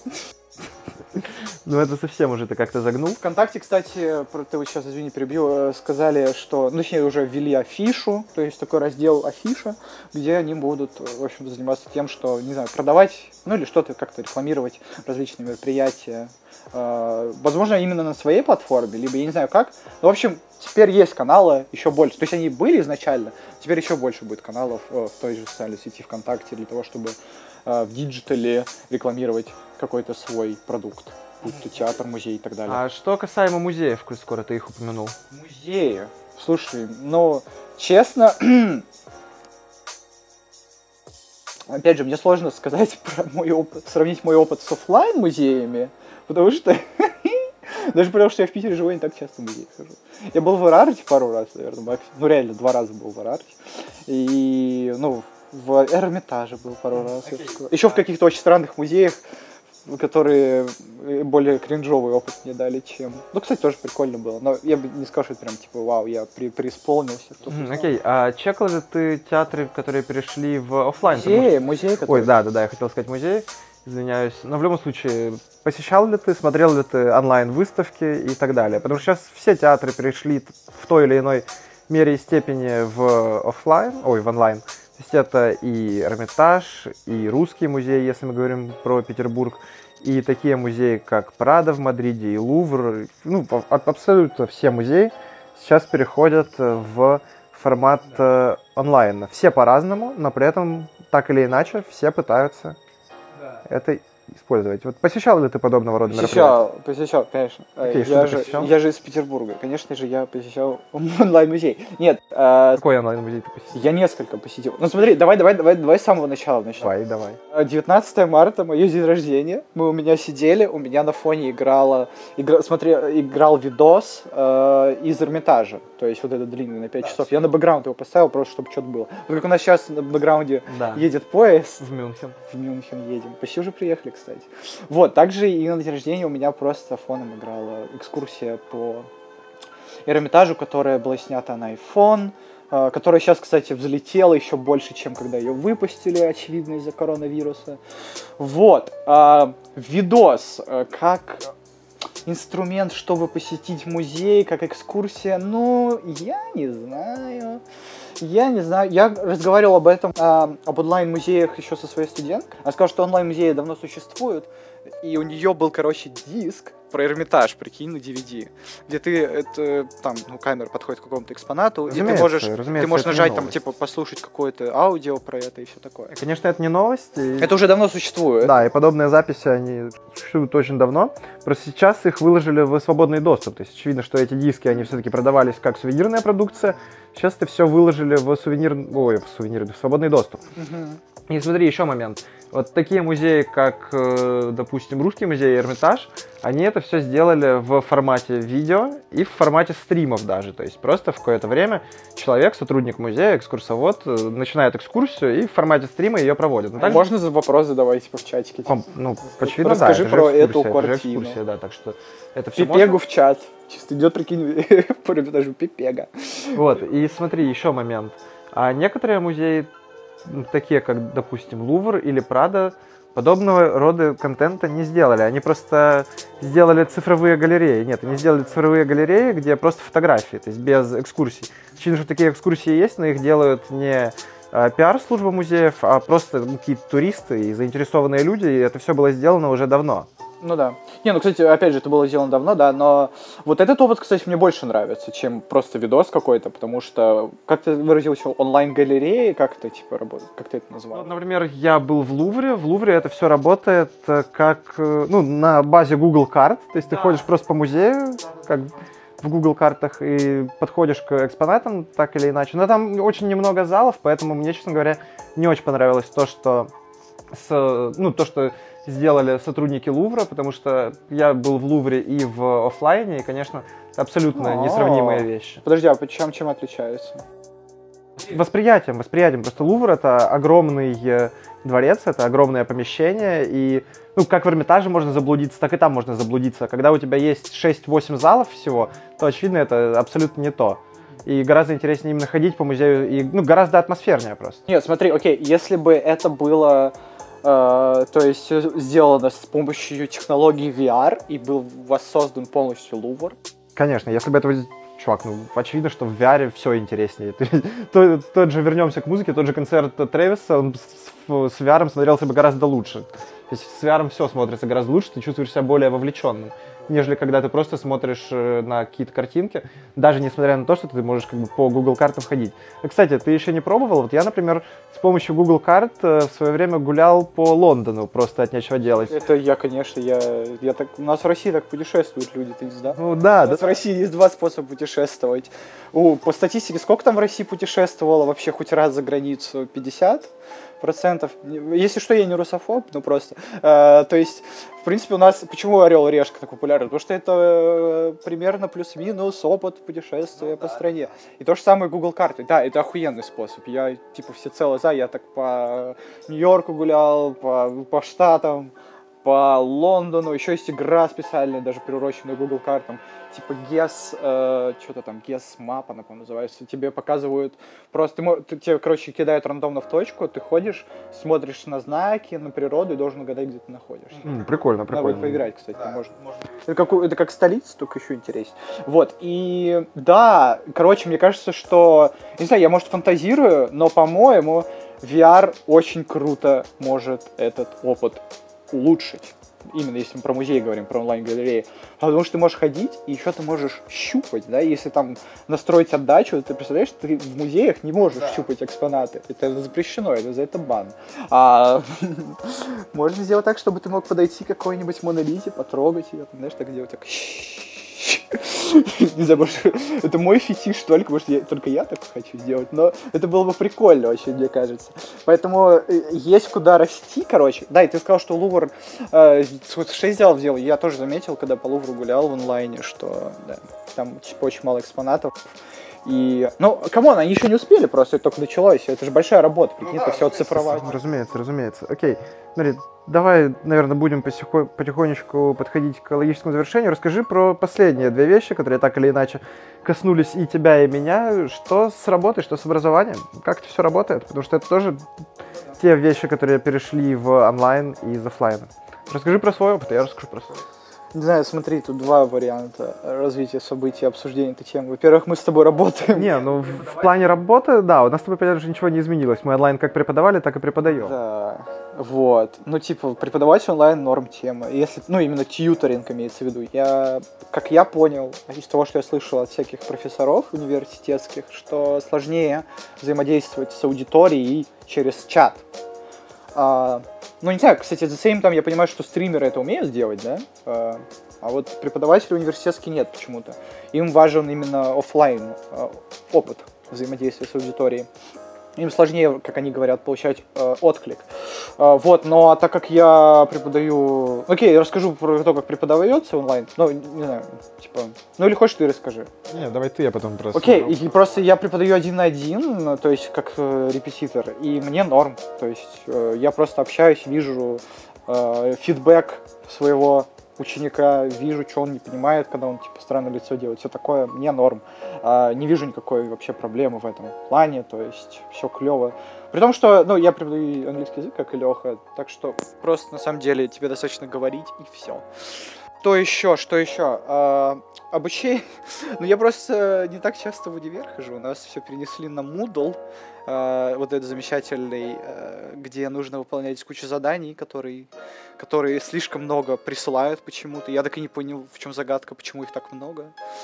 Ну это совсем уже ты как-то загнул. ВКонтакте, кстати, ты вот сейчас, извини, перебью, сказали, что, ну, точнее, уже ввели афишу, то есть такой раздел афиша, где они будут, в общем, заниматься тем, что, не знаю, продавать, ну или что-то как-то рекламировать различные мероприятия. Возможно, именно на своей платформе, либо я не знаю как. Но, в общем, теперь есть каналы еще больше. То есть они были изначально, теперь еще больше будет каналов в той же социальной сети ВКонтакте для того, чтобы в диджитале рекламировать какой-то свой продукт, будь то театр, музей и так далее. А что касаемо музеев, коль скоро ты их упомянул? Музеи? Слушай, ну, честно, опять же, мне сложно сказать про мой опыт, сравнить мой опыт с офлайн музеями, потому что даже потому что я в Питере живу, я не так часто в музей хожу. Я был в Эрарте пару раз, наверное, максимум. Ну, реально, 2 раза был в Эрарте. И, ну, в Эрмитаже был пару раз. Еще в каких-то очень странных музеях, которые более кринжовый опыт мне дали, чем... Ну, кстати, тоже прикольно было. Но я бы не сказал, что это прям, типа, вау, я преисполнился. Окей, а чекал ли ты театры, которые перешли в офлайн? Музей, который... Ой, да, я хотел сказать музей, извиняюсь. Но в любом случае, посещал ли ты, смотрел ли ты онлайн-выставки и так далее? Потому что сейчас все театры перешли в той или иной мере и степени в онлайн. То есть это и Эрмитаж, и Русский музей, если мы говорим про Петербург, и такие музеи, как Прадо в Мадриде, и Лувр, ну, абсолютно все музеи сейчас переходят в формат онлайн. Все по-разному, но при этом так или иначе все пытаются это использовать. Вот посещал ли ты подобного рода мероприятия? Посещал, конечно. Окей, я же из Петербурга. Конечно же, я посещал онлайн-музей. Нет. Какой онлайн-музей ты посетил? Я несколько посетил. Ну смотри, давай с самого начала начнем. Давай. 19 марта, мое день рождения. Мы у меня сидели, у меня на фоне играл видос из Эрмитажа. То есть вот этот длинный на 5 часов. Я на бэкграунд его поставил, просто чтобы что-то было. Вот как у нас сейчас на бэкграунде едет поезд. В Мюнхен. В Мюнхен едем. Почти уже приехали, кстати. Вот, также и на день рождения у меня просто фоном играла экскурсия по Эрмитажу, которая была снята на iPhone, которая сейчас, кстати, взлетела еще больше, чем когда ее выпустили, очевидно, из-за коронавируса. Вот, видос, как инструмент, чтобы посетить музей, как экскурсия, ну, я не знаю. Я разговаривал об этом, об онлайн-музеях еще со своей студенткой. Она сказала, что онлайн-музеи давно существуют, и у нее был, диск про Эрмитаж, прикинь, на DVD, где камера подходит к какому-то экспонату, и ты можешь нажать, там, типа, послушать какое-то аудио про это и все такое. Конечно, это не новость. Это уже давно существует. Да, и подобные записи, они существуют очень давно. Просто сейчас их выложили в свободный доступ. То есть очевидно, что эти диски, они все-таки продавались как сувенирная продукция. Сейчас это все выложили в свободный доступ. Угу. И смотри, еще момент. Вот такие музеи, как, допустим, Русский музей и Эрмитаж, они это все сделали в формате видео и в формате стримов даже. То есть просто в какое-то время человек, сотрудник музея, экскурсовод, начинает экскурсию и в формате стрима ее проводит. Также... Можно вопрос задавать типа, в чатике? Очевидно, расскажи про эту картину. Экскурсия, да, так что это все Пипегу можно. В чат. Чисто идет, прикинь, по Эрмитажу Пипега. Вот, и смотри, еще момент. А некоторые музеи, такие как, допустим, Лувр или Прадо, подобного рода контента не сделали. Они просто сделали цифровые галереи. Нет, они сделали цифровые галереи, где просто фотографии, то есть без экскурсий. Очевидно, что такие экскурсии есть, но их делают не пиар-служба музеев, а просто какие-то туристы и заинтересованные люди, и это все было сделано уже давно. Ну да. Не, ну, кстати, опять же, это было сделано давно, да, но вот этот опыт, кстати, мне больше нравится, чем просто видос какой-то, потому что, как ты выразился, онлайн-галереи, как это, типа, работает, как ты это назвал? Ну, например, я был в Лувре это все работает как, ну, на базе Google карт, то есть ты ходишь просто по музею, как в Google картах, и подходишь к экспонатам так или иначе. Но там очень немного залов, поэтому мне, честно говоря, не очень понравилось то, что сделали сотрудники Лувра, потому что я был в Лувре и в оффлайне, и, конечно, абсолютно несравнимые вещи. Подожди, а чем отличаются? Восприятием. Просто Лувр — это огромный дворец, это огромное помещение, и, ну, как в Эрмитаже можно заблудиться, так и там можно заблудиться. Когда у тебя есть 6-8 залов всего, то, очевидно, это абсолютно не то. И гораздо интереснее именно ходить по музею, и, ну, гораздо атмосфернее просто. Нет, смотри, окей, если бы это было, то есть, сделано с помощью технологий VR, и был воссоздан полностью Лувр. Конечно, если бы это... Чувак, ну, очевидно, что в VR все интереснее. Тот же, вернемся к музыке, тот же концерт Трэвиса, он с VR смотрелся бы гораздо лучше. То есть с VR все смотрится гораздо лучше, ты чувствуешь себя более вовлеченным, нежели когда ты просто смотришь на какие-то картинки, даже несмотря на то, что ты можешь как бы по Google картам ходить. Кстати, ты еще не пробовал? Вот я, например, с помощью Google карт в свое время гулял по Лондону, просто от нечего делать. Это я, конечно, я так... У нас в России так путешествуют люди, ты не знал? Ну да, У нас в России есть 2 способа путешествовать. По статистике, сколько там в России путешествовало вообще хоть раз за границу? 50%? Если что, я не русофоб, ну просто. То есть, в принципе, у нас... Почему «Орел и решка» так популярен? Потому что это примерно плюс-минус опыт путешествия по стране. И то же самое Google карты. Да, это охуенный способ. Я, типа, всецело за. Я так по Нью-Йорку гулял, по Штатам, по Лондону. Еще есть игра специальная, даже приуроченная Google картам. Типа что-то там, Guess Map, она, по-моему, называется. Тебе показывают, просто тебе, короче, кидают рандомно в точку, ты ходишь, смотришь на знаки, на природу и должен угадать, где ты находишься. Прикольно. Надо будет поиграть, кстати, можно. Это как столица, только еще интереснее. Вот, и да, короче, мне кажется, что, не знаю, я, может, фантазирую, но, по-моему, VR очень круто может этот опыт улучшить. Именно если мы про музей говорим, про онлайн-галереи. Потому что ты можешь ходить, и еще ты можешь щупать, да, если там настроить отдачу, ты представляешь, ты в музеях не можешь щупать экспонаты. Это запрещено, это за это бан. Можно сделать так, чтобы ты мог подойти к какой-нибудь монолите, потрогать ее, знаешь, так делать, так... Не знаю, может, это мой фетиш только, может, только я так хочу сделать, но это было бы прикольно очень, мне кажется. Поэтому есть куда расти, короче. Да, и ты сказал, что Лувр 6 залов делал. Я тоже заметил, когда по Лувру гулял в онлайне, что да, там типа, очень мало экспонатов. И, ну, камон, они еще не успели, просто это только началось. Это же большая работа, прикинь, это все оцифровать. Разумеется. Окей, смотри, давай, наверное, будем потихонечку подходить к логическому завершению. Расскажи про последние 2 вещи, которые так или иначе коснулись и тебя, и меня. Что с работой, что с образованием? Как это все работает? Потому что это тоже те вещи, которые перешли в онлайн из офлайна. Расскажи про свой опыт, я расскажу про свой. Не знаю, смотри, тут 2 варианта развития событий, обсуждения этой темы. Во-первых, мы с тобой работаем. Не, ну в плане работы, да, у нас с тобой, понятно, же ничего не изменилось. Мы онлайн как преподавали, так и преподаем. Да, вот. Ну, типа, преподавать онлайн норм тема. Если, ну, именно тьюторинг имеется в виду. Как я понял, из того, что я слышал от всяких профессоров университетских, что сложнее взаимодействовать с аудиторией через чат. Ну, не знаю, кстати, за same там я понимаю, что стримеры это умеют делать, да? А вот преподаватели университетские нет почему-то. Им важен именно офлайн опыт взаимодействия с аудиторией. Им сложнее, как они говорят, получать отклик. Вот, но так как я преподаю... Окей, я расскажу про то, как преподается онлайн. Ну, не знаю, типа... Ну, или хочешь ты расскажи? Не, давай ты, я потом просто... Окей, и просто я преподаю 1 на 1, то есть как репетитор, и мне норм. То есть я просто общаюсь, вижу фидбэк своего ученика, вижу, что он не понимает, когда он, типа, странное лицо делает, все такое, мне норм. Не вижу никакой вообще проблемы в этом плане, то есть все клево. При том, что, ну, я преподаю английский язык, как и Леха, так что просто, на самом деле, тебе достаточно говорить, и все. Что еще? Что еще? Обучение. Ну, я просто не так часто в универ хожу. У нас все перенесли на Moodle. Вот этот замечательный, где нужно выполнять кучу заданий, которые слишком много присылают почему-то. Я так и не понял, в чем загадка, почему их так много.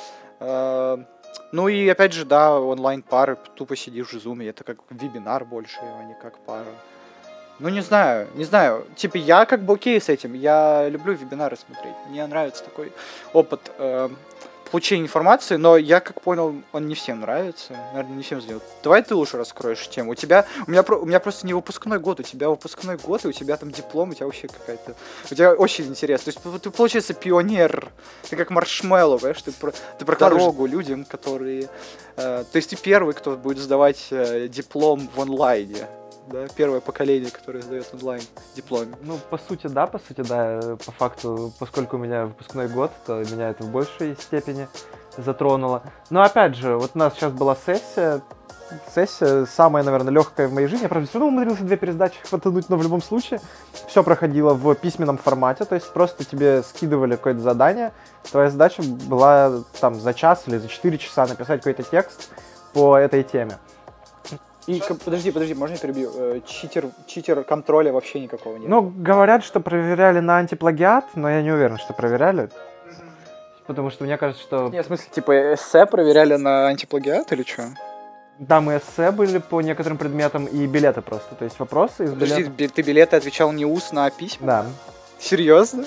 Ну и опять же, да, онлайн-пары, тупо сидишь в зуме, это как вебинар больше, а не как пара. Ну, не знаю. Типа, я как бы окей с этим. Я люблю вебинары смотреть. Мне нравится такой опыт получения информации, но я как понял, он не всем нравится. Наверное, не всем сделать. Давай ты лучше раскроешь тему. У меня просто не выпускной год, у тебя выпускной год, и у тебя там диплом, у тебя вообще какая-то... У тебя очень интересно. То есть ты, получается, пионер. Ты как маршмеллоу, понимаешь? Ты прокладываешь дорогу людям, которые... То есть ты первый, кто будет сдавать диплом в онлайне. Да, первое поколение, которое сдает онлайн диплом. Ну, по сути, да. По факту, поскольку у меня выпускной год, то меня это в большей степени затронуло. Но, опять же, вот у нас сейчас была сессия самая, наверное, легкая в моей жизни. Я, правда, все равно умудрился 2 пересдачи хватануть, но в любом случае все проходило в письменном формате, то есть просто тебе скидывали какое-то задание, твоя задача была там за час или за 4 часа написать какой-то текст по этой теме. И, подожди, можно я перебью? Читер контроля вообще никакого нет. Ну, говорят, что проверяли на антиплагиат, но я не уверен, что проверяли. Потому что мне кажется, что... Нет, в смысле, типа эссе проверяли на антиплагиат или что? Там и эссе были по некоторым предметам, и билеты просто. То есть вопросы из билетов. Подожди, ты билеты отвечал не устно, а письма? Да. Серьезно?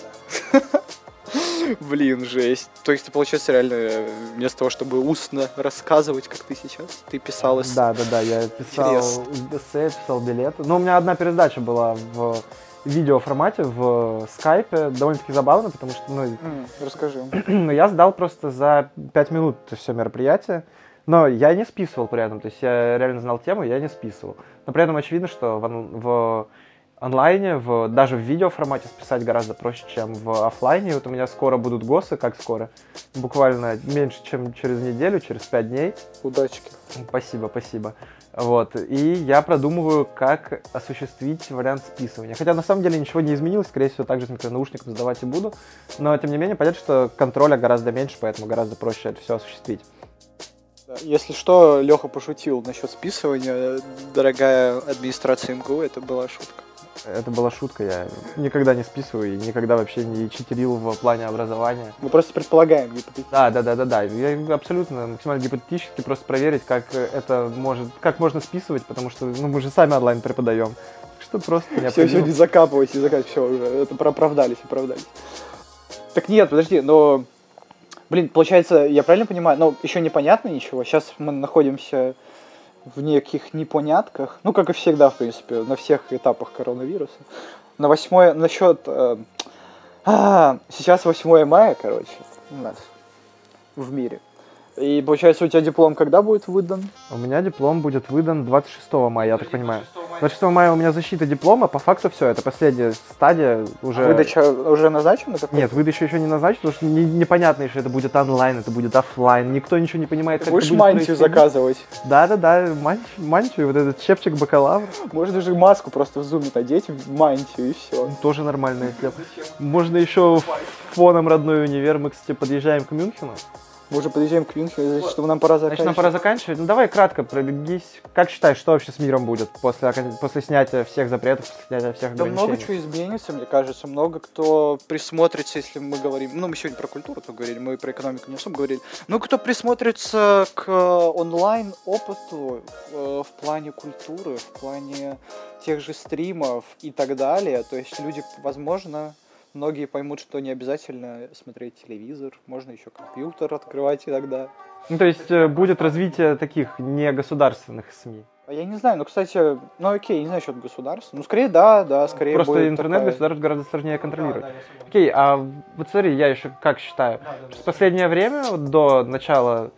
Блин, жесть. То есть ты, получается, реально вместо того, чтобы устно рассказывать, как ты сейчас, ты писал эссе? Да, я писал эссе, писал билеты. Но у меня одна передача была в видеоформате, в скайпе. Довольно-таки забавно, потому что, расскажи. Я сдал просто за 5 минут это все мероприятие. Но я не списывал при этом. То есть я реально знал тему, я не списывал. Но при этом очевидно, что в онлайне, даже в видеоформате списать гораздо проще, чем в офлайне. Вот у меня скоро будут ГОСы, как скоро? Буквально меньше, чем через неделю, через 5 дней. Удачки. Спасибо. Вот. И я продумываю, как осуществить вариант списывания. Хотя на самом деле ничего не изменилось, скорее всего, так же с микронаушником сдавать и буду. Но тем не менее, понятно, что контроля гораздо меньше, поэтому гораздо проще это все осуществить. Если что, Леха пошутил насчет списывания. Дорогая администрация МГУ, это была шутка. Это была шутка, я никогда не списываю и никогда вообще не читерил в плане образования. Мы просто предполагаем гипотетически. Да. Я абсолютно максимально гипотетически просто проверить, как можно списывать, потому что мы же сами онлайн преподаем. Что просто необходимо. Все, не закапывайте, все уже, это оправдались. Так нет, подожди, но... Блин, получается, я правильно понимаю, но еще непонятно ничего. Сейчас мы находимся в неких непонятках. Ну, как и всегда, в принципе, на всех этапах коронавируса. Сейчас 8 мая, короче, у нас в мире. И, получается, у тебя диплом когда будет выдан? У меня диплом будет выдан 26 мая, я так понимаю. 26 мая у меня защита диплома, по факту все, это последняя стадия уже... А выдача уже назначена? Нет, выдача еще не назначена, потому что непонятно, если это будет онлайн, это будет офлайн, никто ничего не понимает, как это будет происходить. Будешь мантию заказывать? Да, мантию, вот этот чепчик бакалавр. Можно же маску просто в зуме надеть, мантию и все. Тоже нормально, если... Можно еще фоном родной универ, мы, кстати, подъезжаем к Мюнхену. Мы уже подъезжаем к Мюнхену, значит, что нам пора заканчивать. Значит, нам пора заканчивать. Ну, давай кратко пробегись. Как считаешь, что вообще с миром будет после снятия всех запретов, после снятия всех ограничений? Да много чего изменится, мне кажется. Много кто присмотрится, если мы говорим... Ну, мы сегодня про культуру говорили, мы про экономику не особо говорили. Но кто присмотрится к онлайн-опыту в плане культуры, в плане тех же стримов и так далее. То есть люди, возможно... Многие поймут, что не обязательно смотреть телевизор, можно еще компьютер открывать иногда. Ну, то есть будет развитие таких негосударственных СМИ. Я не знаю, кстати, окей, не знаю насчет государства. Скорее, да, скорее просто будет интернет такая... государство гораздо сложнее контролировать. Окей, а вот смотри, я еще как считаю, что в последнее время, до начала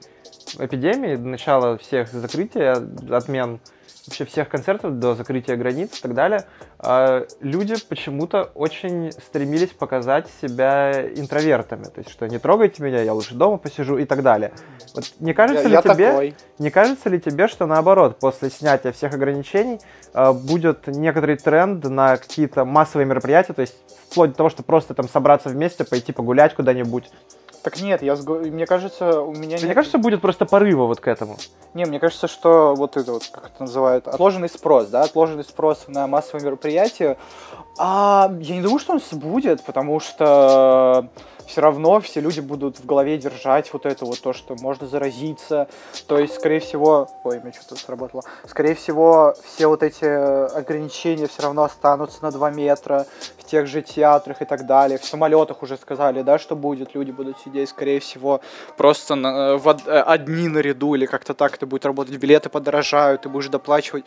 эпидемии, до начала всех закрытий, отмен вообще всех концертов, до закрытия границ и так далее, люди почему-то очень стремились показать себя интровертами. То есть, что не трогайте меня, я лучше дома посижу и так далее. Вот не кажется не кажется ли тебе, что наоборот, после снятия всех ограничений будет некоторый тренд на какие-то массовые мероприятия, то есть вплоть до того, что просто там собраться вместе, пойти погулять куда-нибудь? Так нет, мне кажется, у меня нет... Мне кажется, будет просто порыва вот к этому. Не, мне кажется, что вот это вот, как это называют, отложенный спрос, да, отложенный спрос на массовые мероприятия. Я не думаю, что он будет, потому что все равно все люди будут в голове держать вот это вот то, что можно заразиться. То есть, скорее всего... Ой, у меня что-то сработало. Скорее всего, все вот эти ограничения все равно останутся на 2 метра в тех же театрах и так далее. В самолетах уже сказали, да, что будет. Люди будут сидеть, скорее всего, просто одни на ряду или как-то так это будет работать. Билеты подорожают, ты будешь доплачивать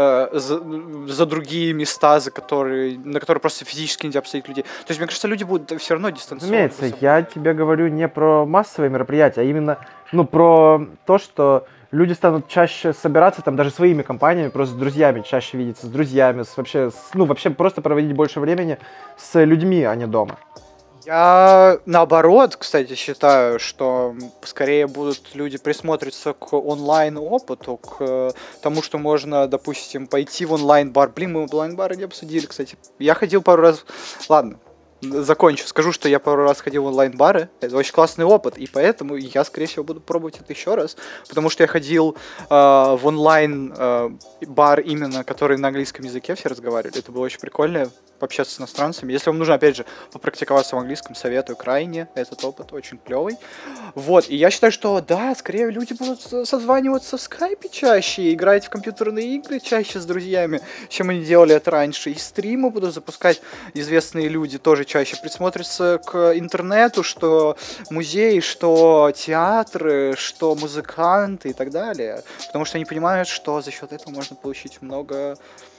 за другие места, на которые просто физически нельзя посадить людей. То есть, мне кажется, люди будут все равно дистанционно. Разумеется, я тебе говорю не про массовые мероприятия, а именно, про то, что люди станут чаще собираться, там, даже своими компаниями, просто с друзьями, чаще видеться с друзьями, вообще просто проводить больше времени с людьми, а не дома. Я, наоборот, кстати, считаю, что скорее будут люди присмотриться к онлайн-опыту, к тому, что можно, допустим, пойти в онлайн-бар. Блин, мы онлайн-бары не обсудили, кстати. Я ходил пару раз... Ладно, закончу. Скажу, что я пару раз ходил в онлайн-бары. Это очень классный опыт, и поэтому я, скорее всего, буду пробовать это еще раз. Потому что я ходил в онлайн-бар именно, который на английском языке все разговаривали. Это было очень прикольно. Пообщаться с иностранцами. Если вам нужно, опять же, попрактиковаться в английском, советую крайне. Этот опыт очень клевый. Вот, и я считаю, что, да, скорее люди будут созваниваться в скайпе чаще, играть в компьютерные игры чаще с друзьями, чем они делали это раньше. И стримы будут запускать известные люди тоже чаще. Присмотрятся к интернету, что музеи, что театры, что музыканты и так далее. Потому что они понимают, что за счет этого можно получить много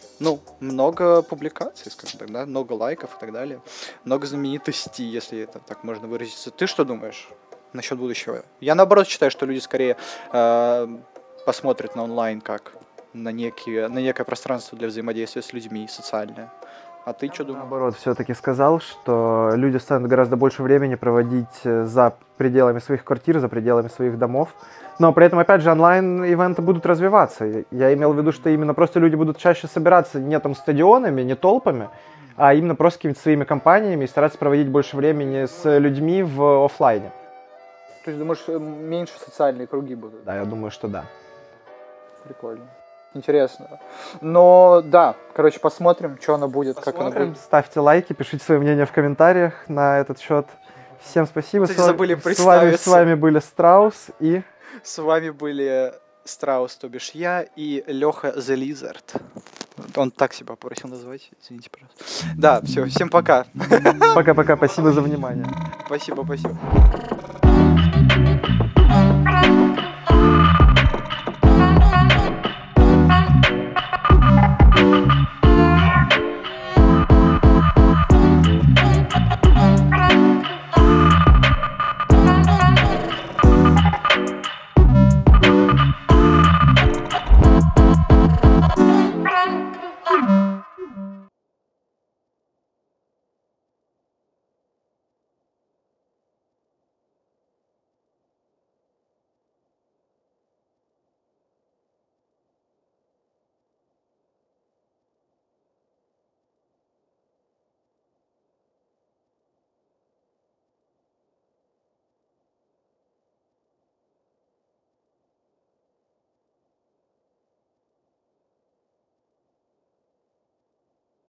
публикаций, скажем так, да, много лайков и так далее, много знаменитостей, если это так можно выразиться. Ты что думаешь насчет будущего? Я, наоборот, считаю, что люди скорее посмотрят на онлайн как на некое пространство для взаимодействия с людьми, социальное. А ты что думаешь? Наоборот, все-таки сказал, что люди станут гораздо больше времени проводить за пределами своих квартир, за пределами своих домов. Но при этом, опять же, онлайн-ивенты будут развиваться. Я имел в виду, что именно просто люди будут чаще собираться не там стадионами, не толпами, а именно просто какими-то своими компаниями и стараться проводить больше времени с людьми в офлайне. То есть, думаешь, меньше социальные круги будут? Да, я думаю, что да. Прикольно. Интересно. Но да, короче, посмотрим, что оно будет, как оно будет. Ставьте лайки, пишите свое мнение в комментариях на этот счет. Всем спасибо. Кстати, забыли представиться. С вами были Страус и... С вами были Страус, то бишь я, и Леха The Lizard. Он так себя попросил назвать, извините, пожалуйста. Да, все, всем пока. Пока-пока, спасибо за внимание. Спасибо.